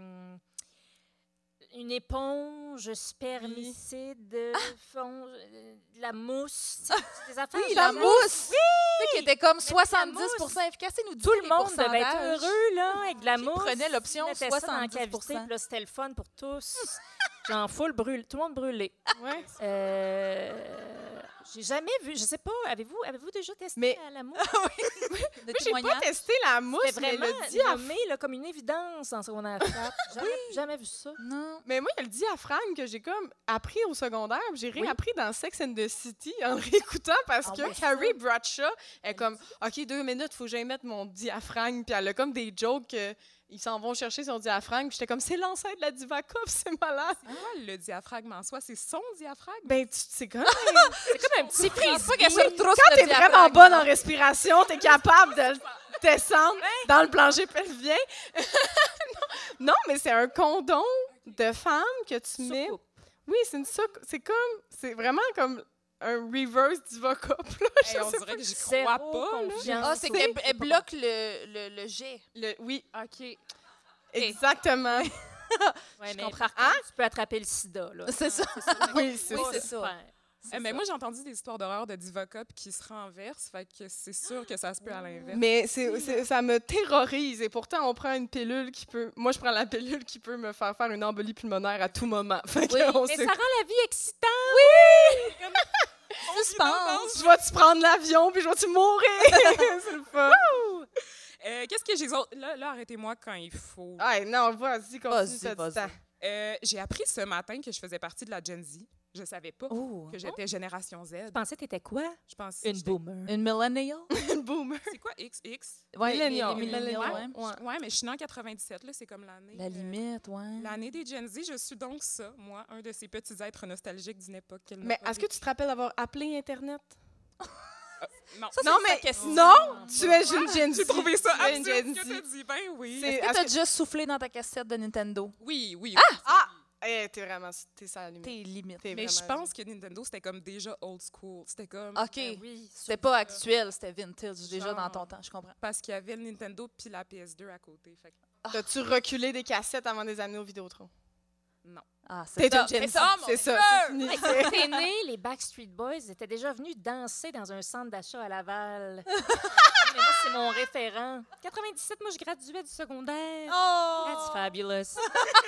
une éponge spermicide, de la mousse, des affaires.
Oui,
genre-
la mousse. Tu sais, qui était comme
la
70 efficace. Et nous
Tout le monde devait être
pourcentages.
heureux, là, avec de la mousse.
prenait l'option
Ils mettaient ça dans la
70%.
cavité, puis là, c'était le fun pour tous. Genre, full brûlé, tout le monde brûlé.
Ouais.
J'ai jamais vu, je sais pas, avez-vous déjà testé
Mais-
la mousse?
Des
Moi, j'ai pas
témoignages.
testé la mousse,
C'était
mais
vraiment
le diaphragme.
nommé là, comme une évidence en secondaire 4. Jamais vu ça.
Non.
Mais moi, il y a le diaphragme que j'ai comme appris au secondaire. puis J'ai
Oui.
réappris dans Sex and the City en réécoutant parce
Ah
que
ouais,
Carrie Bradshaw est comme OK, 2 minutes, faut que j'aille mettre mon diaphragme. Puis elle a comme des jokes ils s'en vont chercher son diaphragme. Puis j'étais comme c'est l'ancêtre de la Divacop, c'est malade.
C'est quoi le diaphragme en soi? C'est son diaphragme?
Ben, c'est comme
C'est comme un petit frisbee.
Pas qu'elle se retrousse
quand
le
t'es vraiment
diaphragme.
bonne en respiration, t'es capable de le descendre dans le plancher pelvien. non, mais c'est un condom de femme que tu mets.
Soucoupe.
Oui, c'est une soucoupe. C'est vraiment comme un reverse Divacop. Là.
Hey, on
sais
dirait que j'y
Zéro
crois pas. là.
confiance.
Ah, c'est qu'elle bloque le jet.
Oui,
OK.
exactement.
Ouais, mais
comprends.
par contre, tu peux attraper le sida. Là.
C'est ça.
oui, c'est
Oui,
ça.
c'est ça.
Super.
Mais moi, j'ai entendu des histoires d'horreur de Divacop qui se renversent, fait que c'est sûr que ça se peut à l'inverse.
Mais ça me terrorise. Et pourtant, on prend une pilule qui peut... Moi, je prends la pilule qui peut me faire une embolie pulmonaire à tout moment. Fait que
Oui,
on
Mais
sait-
ça rend la vie excitante.
Suspense.
Je vais-tu prendre l'avion puis je vais-tu mourir? c'est le fun.
Qu'est-ce que j'ai autres? Là, arrêtez-moi quand il faut.
Ah, non, vas-y, continue,
Vas-y,
t'as du
vas-y.
temps.
J'ai appris ce matin que je faisais partie de la Gen Z. Je savais pas
Oh.
que j'étais génération Z.
Je pensais que t'étais quoi?
Je pense
Une boomer.
Une millennial?
Une boomer.
C'est quoi XX?
Ouais,
Millennial.
les millennials,
Millennial.
ouais.
Ouais, mais je suis née en 97, là, c'est comme l'année.
La limite, ouais.
L'année des Gen Z, je suis donc ça, moi, un de ces petits êtres nostalgiques d'une époque qu'elle n'a
Mais
pas
est-ce que tu te rappelles d'avoir appelé Internet?
Non.
Ça, c'est
Non,
sa
mais
question.
non, tu es une Gen Z.
J'ai trouvé ça
Tu es une
absurde
Gen
ce que
Z.
t'as dit. Ben oui.
C'est-
Est-ce que
est-ce
t'as
que-
déjà soufflé dans ta cassette de Nintendo?
Oui, oui.
Ah! T'es vraiment... T'es ça à la limite.
T'es limite.
T'es
Mais je
vraiment-
pense que Nintendo, c'était comme déjà old school. C'était comme...
OK.
Ben oui,
C'était pas actuel, c'était vintage, déjà
Genre.
dans ton temps, je comprends.
Parce qu'il y avait le Nintendo puis la PS2 à côté. Fait que
T'as-tu reculé des cassettes avant des années au Vidéotron?
non.
Ah,
T'es
ça.
une Gen
C'est
Z.
ça, mon
C'est ça,
Dieu!
c'est fini.
Quand t'es né, les Backstreet Boys étaient déjà venus danser dans un centre d'achat à Laval. Mais moi, c'est mon référent. 97, moi, je graduais du secondaire.
Oh!
That's fabulous.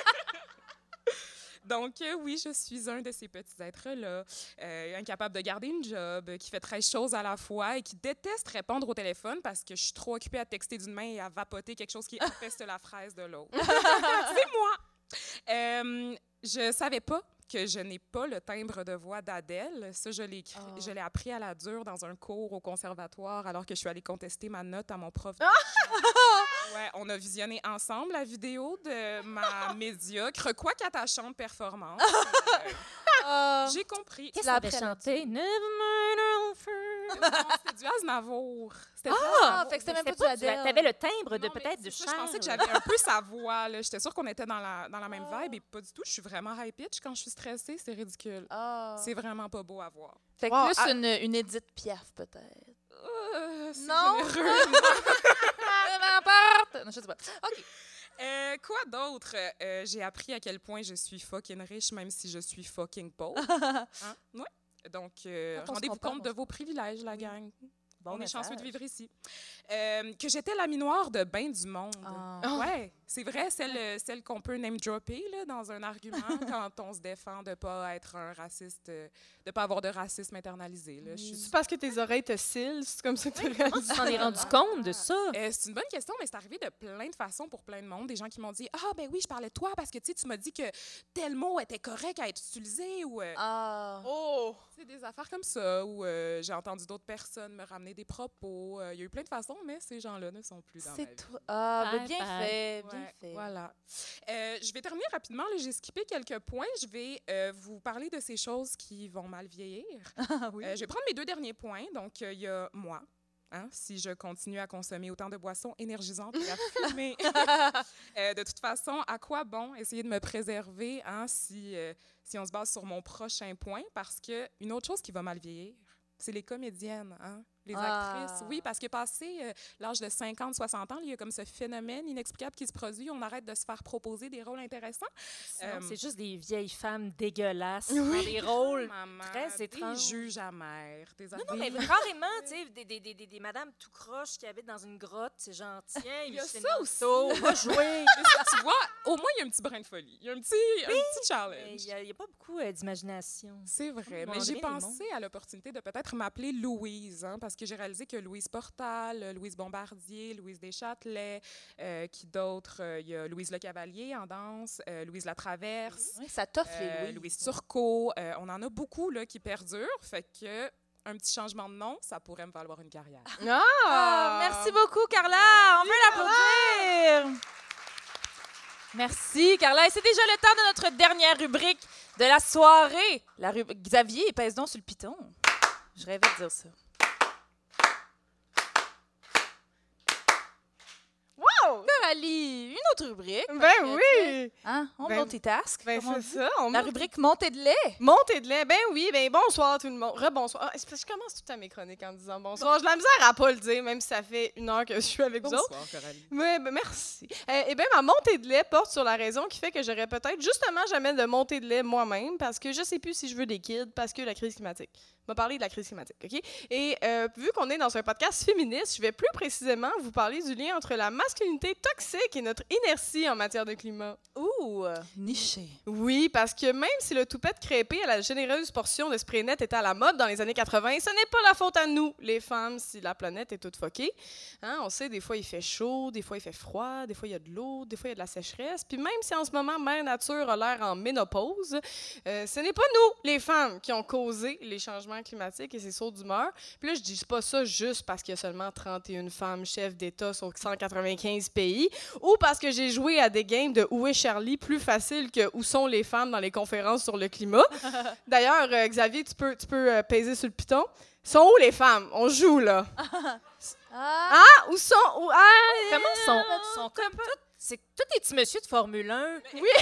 Donc, oui, je suis un de ces petits êtres-là, incapable de garder une job, qui fait 13 choses à la fois et qui déteste répondre au téléphone parce que je suis trop occupée à texter d'une main et à vapoter quelque chose qui empeste la fraise de l'autre. C'est moi! Je savais pas que je n'ai pas le timbre de voix d'Adèle. Ça, je l'ai je l'ai appris à la dure dans un cours au conservatoire alors que je suis allée contester ma note à mon prof. Ouais, on a visionné ensemble la vidéo de ma médiocre, quoique attachante performance.
Ah.
J'ai compris.
Qu'est-ce
l'as
que t'avais
appris à la
chanté? Never mind, old friend.
Non, c'était du Aznavour. C'était du
Ah,
Aznavour.
fait que c'était même
C'était
pas du
du-
Adele.
T'avais le timbre de
Non, mais
peut-être
c'est
de
ça,
Charles.
je pensais que j'avais un peu sa voix. là. J'étais sûre qu'on était dans la même vibe et pas du tout. Je suis vraiment high pitch quand je suis stressée. C'est ridicule.
Ah.
C'est vraiment pas beau à voir.
Fait que
Wow,
plus
ah.
une Edith Piaf, peut-être.
C'est
Non.
généreux.
N'importe. Non, je sais pas. OK.
Quoi d'autre? J'ai appris à quel point je suis fucking riche, même si je suis fucking pauvre. Hein? Ouais. Donc,
Quand on se
rendez-vous
compare,
compte
on
de
se
vos privilèges, la gang.
Bon
On est chanceux de
message.
vivre ici. Que j'étais l'ami noire de ben du monde.
Ah.
Ouais, c'est vrai, celle qu'on peut name-dropper là, dans un argument quand on se défend de ne pas être un raciste, de ne pas avoir de racisme internalisé. Là.
C'est parce que tes oreilles te cillent, c'est comme ça que tu réalises.
Tu t'en es rendu compte de ça?
C'est une bonne question, mais c'est arrivé de plein de façons pour plein de monde. Des gens qui m'ont dit « Ah, ben oui, je parlais de toi parce que tu m'as dit que tel mot était correct à être utilisé. » ou
Ah.
Oh!
c'est des affaires comme ça, ou j'ai entendu d'autres personnes me ramener des propos. Il y a eu plein de façons, mais ces gens-là ne sont plus dans ma vie.
C'est toi. Ah, ben
Bye
bien
bye.
fait, bien
Ouais,
fait.
voilà. Je vais terminer rapidement. Là, j'ai skippé quelques points. Je vais vous parler de ces choses qui vont mal vieillir.
Ah oui.
Je vais prendre mes 2 derniers points. Donc, il y a moi. Hein, si je continue à consommer autant de boissons énergisantes et à fumer. De toute façon, à quoi bon essayer de me préserver si on se base sur mon prochain point? Parce que une autre chose qui va mal vieillir, c'est les comédiennes, hein? Les actrices. Oui, parce que passé l'âge de 50, 60 ans, il y a comme ce phénomène inexplicable qui se produit. On arrête de se faire proposer des rôles intéressants.
Sinon, c'est juste des vieilles femmes dégueulasses dans des rôles
Maman,
très étranges.
Des juges amers. Des
Non, mais
actrices.
carrément, tu sais, des madames tout croches qui habitent dans une grotte, c'est genre, tiens,
Il y a
Micheline
ça
Marceau, va jouer.
Mais ça, tu vois, au moins, il y a un petit brin de folie. Il y a un petit challenge.
Mais il n'y a pas beaucoup d'imagination.
C'est vrai,
Bon,
mais j'ai
André
pensé à l'opportunité de peut-être m'appeler Louise, hein, parce que j'ai réalisé que Louise Portal, Louise Bombardier, Louise Deschâtelet, qui d'autres? Il y a Louise Le Cavalier en danse, Louise Latraverse,
Oui, ça t'offre les Louis.
Louise Turcot. On en a beaucoup là, qui perdurent, fait que un petit changement de nom, ça pourrait me valoir une carrière.
Ah, merci beaucoup, Carla. On veut l'applaudir. Merci, Carla. Et c'est déjà le temps de notre dernière rubrique de la soirée. Xavier, pèse donc sur le piton. Je rêvais de dire ça.
Wow!
Coralie, une autre rubrique.
Ben oui!
Hein? On
Ben-
multitask.
Ben
comme on
c'est
dit.
ça. On
La rubrique montée de lait.
Montée de lait, ben oui, ben bonsoir tout le monde. Rebonsoir. Ah, c'est parce que je commence tout à mes chroniques en disant bonsoir. J'ai de la misère à pas le dire, même si ça fait 1 heure que je suis avec vous autres.
Bonsoir, Coralie.
Oui, ben merci. Eh bien, ma montée de lait porte sur la raison qui fait que j'aurais peut-être justement jamais de montée de lait moi-même parce que je sais plus si je veux des kids parce que la crise climatique. On va parler de la crise climatique, OK? Et vu qu'on est dans un podcast féministe, je vais plus précisément vous parler du lien entre la masculinité toxique et notre inertie en matière de climat.
Ouh, niché.
Oui, parce que même si le toupette crêpé à la généreuse portion de spray net était à la mode dans les années 80, ce n'est pas la faute à nous, les femmes, si la planète est toute foquée. Hein, on sait, des fois, il fait chaud, des fois, il fait froid, des fois, il y a de l'eau, des fois, il y a de la sécheresse. Puis même si en ce moment, Mère Nature a l'air en ménopause, ce n'est pas nous, les femmes, qui ont causé les changements climatiques et ces sauts d'humeur. Puis là, je dis pas ça juste parce qu'il y a seulement 31 femmes chefs d'État sur 195 pays ou parce que j'ai joué à des games de Où est Charlie plus facile que Où sont les femmes dans les conférences sur le climat. D'ailleurs, Xavier, tu peux peser sur le piton. Sont où les femmes? On joue, là.
Ah,
Où sont...
Comment sont comme toutes, c'est tous des petits messieurs de Formule 1.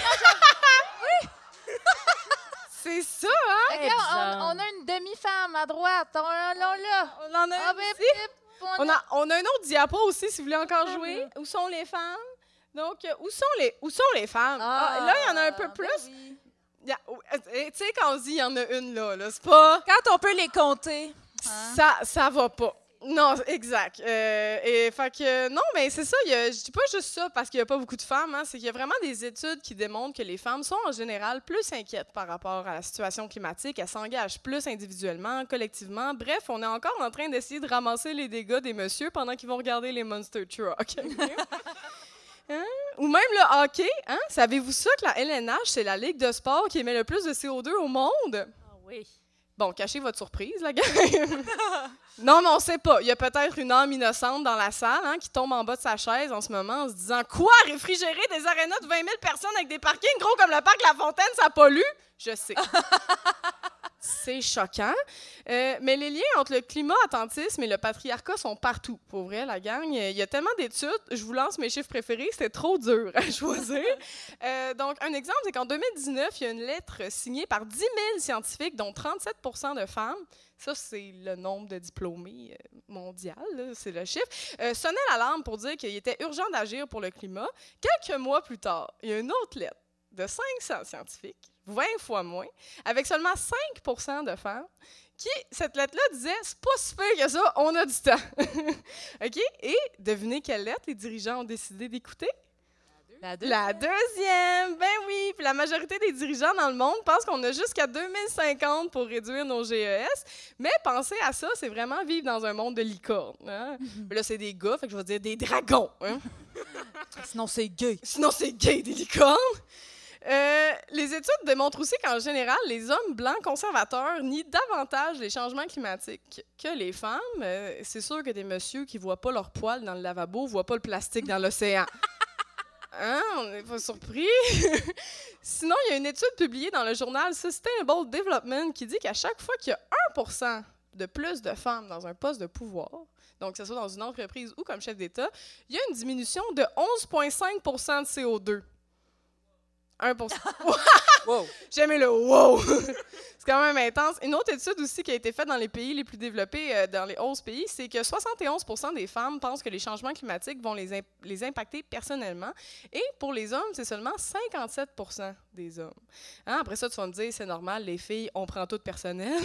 C'est ça, hein?
Très
regarde,
bizarre.
on a une demi-femme à droite. On l'a.
On en a
Ah,
un
ben,
ici.
pip,
On a un autre diapo aussi, si vous voulez encore jouer. Où sont les femmes? Donc, où sont les femmes? Là, il y en a un peu plus.
Ben oui.
Tu sais, quand on dit il y en a une là, c'est pas...
Quand on peut les compter. Hein?
Ça va pas. Non, exact. Et fait que non, mais c'est ça. Je dis pas juste ça parce qu'il y a pas beaucoup de femmes. Hein, c'est qu'il y a vraiment des études qui démontrent que les femmes sont en général plus inquiètes par rapport à la situation climatique. Elles s'engagent plus individuellement, collectivement. Bref, on est encore en train d'essayer de ramasser les dégâts des messieurs pendant qu'ils vont regarder les Monster Truck. Hein? Ou même le hockey. Hein? Savez-vous ça que la LNH, c'est la ligue de sport qui émet le plus de CO2 au monde?
Ah oui.
Bon, cachez votre surprise, la gang. Non, mais on sait pas. Il y a peut-être une âme innocente dans la salle hein, qui tombe en bas de sa chaise en ce moment en se disant « Quoi? Réfrigérer des arénas de 20 000 personnes avec des parkings gros comme le parc La Fontaine, ça pollue? » Je sais. C'est choquant. Mais les liens entre le climat-attentisme et le patriarcat sont partout. Pour vrai, la gang, il y a tellement d'études. Je vous lance mes chiffres préférés. C'était trop dur à choisir. Donc, un exemple, c'est qu'en 2019, il y a une lettre signée par 10 000 scientifiques, dont 37 % de femmes. Ça, c'est le nombre de diplômés mondial, là, c'est le chiffre. Sonnait l'alarme pour dire qu'il était urgent d'agir pour le climat. Quelques mois plus tard, il y a une autre lettre de 500 scientifiques, 20 fois moins, avec seulement 5% de femmes, qui, cette lettre-là disait « C'est pas si pire que ça, on a du temps. » OK? Et devinez quelle lettre les dirigeants ont décidé d'écouter? La deuxième! Ben oui! Puis la majorité des dirigeants dans le monde pensent qu'on a jusqu'à 2050 pour réduire nos GES. Mais penser à ça, c'est vraiment vivre dans un monde de licornes. Hein? Là, c'est des gars, fait que je vais dire des dragons. Hein?
Sinon, c'est gay.
Sinon, c'est gay, des licornes! Les études démontrent aussi qu'en général, les hommes blancs conservateurs nient davantage les changements climatiques que les femmes. C'est sûr que des messieurs qui ne voient pas leur poil dans le lavabo ne voient pas le plastique dans l'océan. Hein? On n'est pas surpris. Sinon, il y a une étude publiée dans le journal Sustainable Development qui dit qu'à chaque fois qu'il y a 1% de plus de femmes dans un poste de pouvoir, donc que ce soit dans une entreprise ou comme chef d'État, il y a une diminution de 11,5% de CO2. 1%. Wow. J'aime le wow! C'est quand même intense. Une autre étude aussi qui a été faite dans les pays les plus développés, dans les 11 pays, c'est que 71% des femmes pensent que les changements climatiques vont les impacter personnellement. Et pour les hommes, c'est seulement 57% des hommes. Hein? Après ça, tu vas me dire, c'est normal, les filles, on prend tout personnel.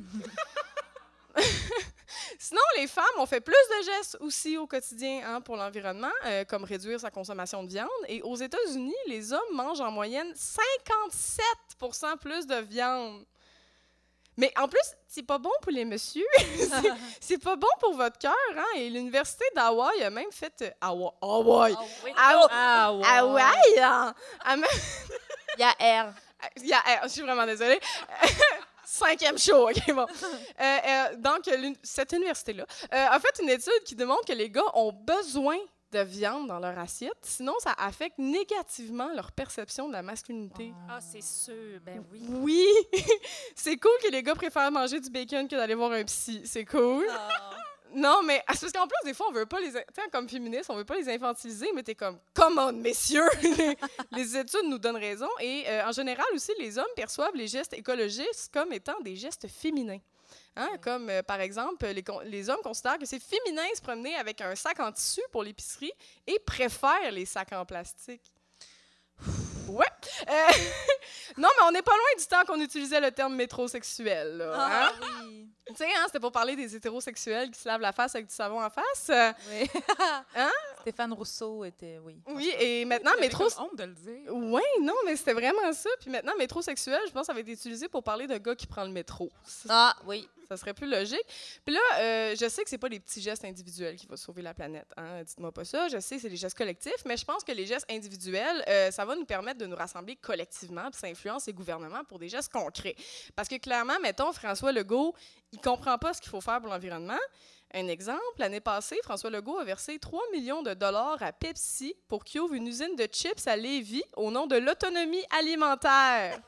Sinon, les femmes ont fait plus de gestes aussi au quotidien hein, pour l'environnement, comme réduire sa consommation de viande. Et aux États-Unis, les hommes mangent en moyenne 57% plus de viande. Mais en plus, c'est pas bon pour les messieurs. C'est pas bon pour votre cœur. Hein? Et l'Université d'Hawaï a même fait... Hawaï! Hawaï! Hein?
Il y a R.
Il y a R. Je suis vraiment désolée. 5e show, OK, bon. Donc, cette université-là a fait une étude qui démontre que les gars ont besoin de viande dans leur assiette, sinon ça affecte négativement leur perception de la masculinité.
Ah, c'est sûr, ben oui.
Oui! C'est cool que les gars préfèrent manger du bacon que d'aller voir un psy. C'est cool. Non, mais c'est parce qu'en plus, des fois, on veut pas les... Tu sais, comme féministe, on veut pas les infantiliser, mais t'es comme « Come on, messieurs! » Les études nous donnent raison. Et en général aussi, les hommes perçoivent les gestes écologistes comme étant des gestes féminins. Hein? Comme, par exemple, les hommes considèrent que c'est féminin de se promener avec un sac en tissu pour l'épicerie et préfèrent les sacs en plastique. Ouais. Non, mais on n'est pas loin du temps qu'on utilisait le terme métrosexuel. Là, hein?
Oui.
Tu sais, hein, c'était pour parler des hétérosexuels qui se lavent la face avec du savon en face.
Oui.
Hein?
Stéphane Rousseau était, oui.
Oui, et maintenant,
J'avais comme honte de le dire.
Oui, non, mais c'était vraiment ça. Puis maintenant, métrosexuel, je pense que ça va être utilisé pour parler d'un gars qui prend le métro.
Ah, oui.
Ça serait plus logique. Puis là, je sais que c'est pas les petits gestes individuels qui vont sauver la planète. Hein? Dites-moi pas ça. Je sais que c'est des gestes collectifs, mais je pense que les gestes individuels, ça va nous permettre de nous rassembler collectivement, puis ça influence les gouvernements pour des gestes concrets. Parce que clairement, mettons, François Legault, il comprend pas ce qu'il faut faire pour l'environnement. Un exemple, l'année passée, François Legault a versé 3 millions de dollars à Pepsi pour qu'il ouvre une usine de chips à Lévis au nom de l'autonomie alimentaire.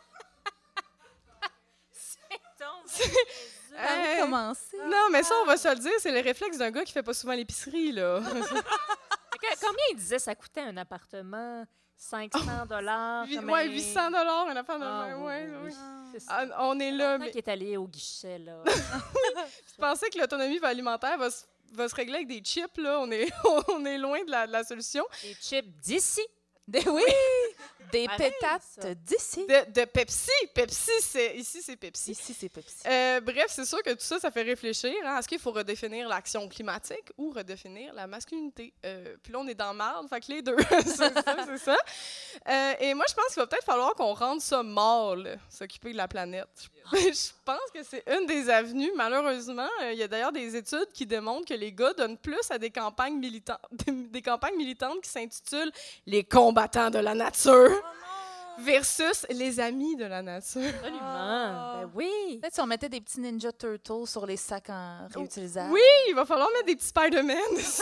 Commencer.
Non, mais ça, on va se le dire, c'est le réflexe d'un gars qui fait pas souvent l'épicerie, là.
Combien il disait ça coûtait un appartement? 500 $?
Ouais, 800 $, un appartement.
Ah,
ouais, oui.
C'est ça.
On est là. Mais...
Qui est allé au guichet, là.
Je pensais que l'autonomie alimentaire va se régler avec des chips, là. On est loin de la solution.
Des chips d'ici.
Oui! Des
Pareil,
pétates
ça.
d'ici.
De Pepsi. Pepsi, ici, c'est Pepsi.
Ici, c'est Pepsi.
Bref, c'est sûr que tout ça, ça fait réfléchir. Hein? Est-ce qu'il faut redéfinir l'action climatique ou redéfinir la masculinité? Puis là, on est dans marde, fait que les deux. c'est ça. Et moi, je pense qu'il va peut-être falloir qu'on rende ça mort, là, s'occuper de la planète. Je pense que c'est une des avenues. Malheureusement, il y a d'ailleurs des études qui démontrent que les gars donnent plus à des campagnes militantes qui s'intitulent « Les combattants de la nature ». Versus les amis de la nature.
Absolument. Ben oui.
Peut-être si on mettait des petits Ninja Turtles sur les sacs en réutilisables.
Oui, il va falloir mettre des petits Spider-Man dessus.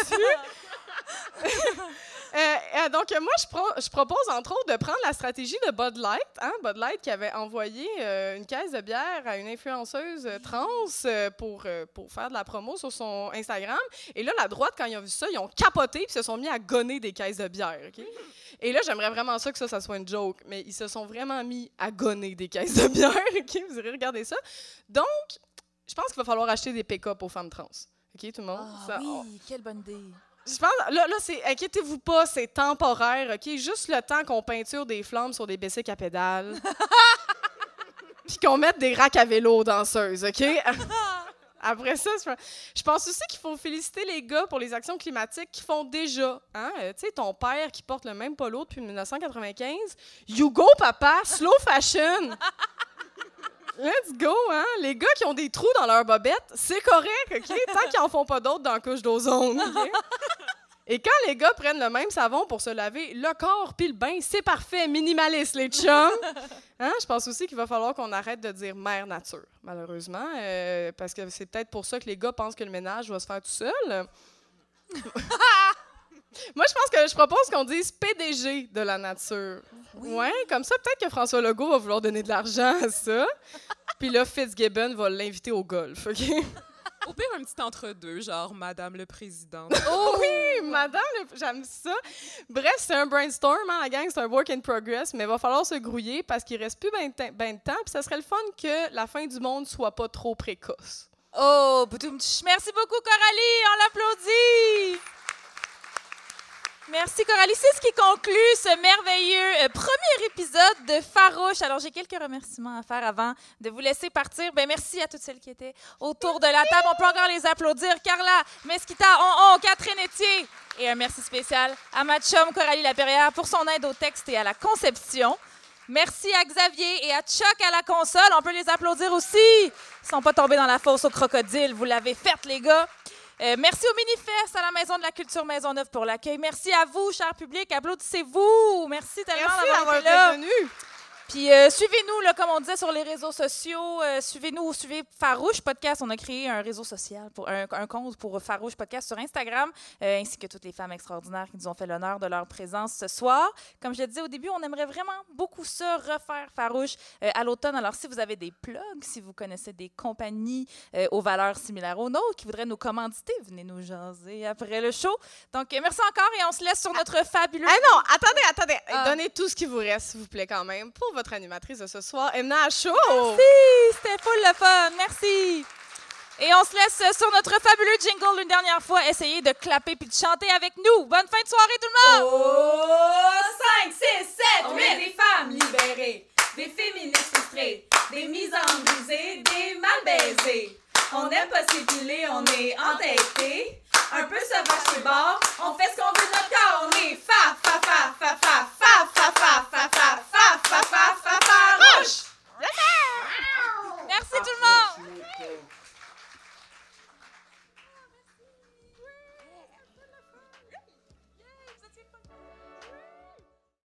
Donc, moi, je propose, entre autres, de prendre la stratégie de Bud Light. Hein? Bud Light qui avait envoyé une caisse de bière à une influenceuse trans pour faire de la promo sur son Instagram. Et là, la droite, quand ils ont vu ça, ils ont capoté et se sont mis à gonner des caisses de bière. Okay? Et là, j'aimerais vraiment ça que ça soit une joke. Mais ils se sont vraiment mis à gonner des caisses de bière. Okay? Vous irez regarder ça. Donc, je pense qu'il va falloir acheter des pick-up aux femmes trans. OK, tout le monde?
Ah,
Ça,
oui, quelle bonne idée.
Je pense, là c'est, inquiétez-vous pas, c'est temporaire, OK? Juste le temps qu'on peinture des flammes sur des bicycles à pédales. Puis qu'on mette des racks à vélo aux danseuses, OK? Après ça, je pense aussi qu'il faut féliciter les gars pour les actions climatiques qu'ils font déjà. Hein? Tu sais, ton père qui porte le même polo depuis 1995. You go, papa! Slow fashion! Let's go, hein? Les gars qui ont des trous dans leur bobette, c'est correct, OK? Tant qu'ils en font pas d'autres dans la couche d'ozone, OK? Et quand les gars prennent le même savon pour se laver le corps puis le bain, c'est parfait, minimaliste, les chums! Hein? Je pense aussi qu'il va falloir qu'on arrête de dire « mère nature », malheureusement, parce que c'est peut-être pour ça que les gars pensent que le ménage va se faire tout seul. Moi, je propose qu'on dise PDG de la nature. Oui. Ouais, comme ça, peut-être que François Legault va vouloir donner de l'argent à ça. Puis là, Fitzgibbon va l'inviter au golf, OK?
Au pire, un petit entre-deux, genre Madame le Président.
Oh oui, Madame, j'aime ça. Bref, c'est un brainstorm, hein, la gang, c'est un work in progress, mais il va falloir se grouiller parce qu'il reste plus ben de temps, puis ça serait le fun que la fin du monde soit pas trop précoce.
Oh, boutoum-tch. Merci beaucoup, Coralie. On l'applaudit. Merci, Coralie. C'est ce qui conclut ce merveilleux premier épisode de Farouche. Alors, j'ai quelques remerciements à faire avant de vous laisser partir. Ben, merci à toutes celles qui étaient autour de la table. On peut encore les applaudir. Carla, Mesquita, Catherine Etier. Et un merci spécial à ma chum Coralie Laperrière pour son aide au texte et à la conception. Merci à Xavier et à Chuck à la console. On peut les applaudir aussi. Ils ne sont pas tombés dans la fosse au crocodile. Vous l'avez fait, les gars. Merci au Minifest, à la Maison de la Culture Maisonneuve pour l'accueil. Merci à vous, cher public. Applaudissez-vous. Merci tellement d'avoir été là. Puis suivez-nous, là, comme on disait, sur les réseaux sociaux. Suivez Farouche Podcast. On a créé un réseau social, un compte pour Farouche Podcast sur Instagram, ainsi que toutes les femmes extraordinaires qui nous ont fait l'honneur de leur présence ce soir. Comme je le disais au début, on aimerait vraiment beaucoup ça, refaire Farouche à l'automne. Alors, si vous avez des plugs, si vous connaissez des compagnies aux valeurs similaires aux nôtres qui voudraient nous commanditer, venez nous jaser après le show. Donc, merci encore et on se laisse sur notre fabuleux...
Ah non, attendez. Donnez tout ce qui vous reste, s'il vous plaît, quand même, pour votre animatrice de ce soir, Emna Chaud.
Merci, c'était full le fun. Merci. Et on se laisse sur notre fabuleux jingle une dernière fois. Essayez de clapper puis de chanter avec nous. Bonne fin de soirée, tout le monde!
Oh, 5, 6, 7, 8. Des femmes libérées, des féministes frustrées, des misanthropes brisées, des mal baisées. On n'aime pas s'épiler, on est entêtés. Un peu sauvage sur le bord, on fait ce qu'on veut de notre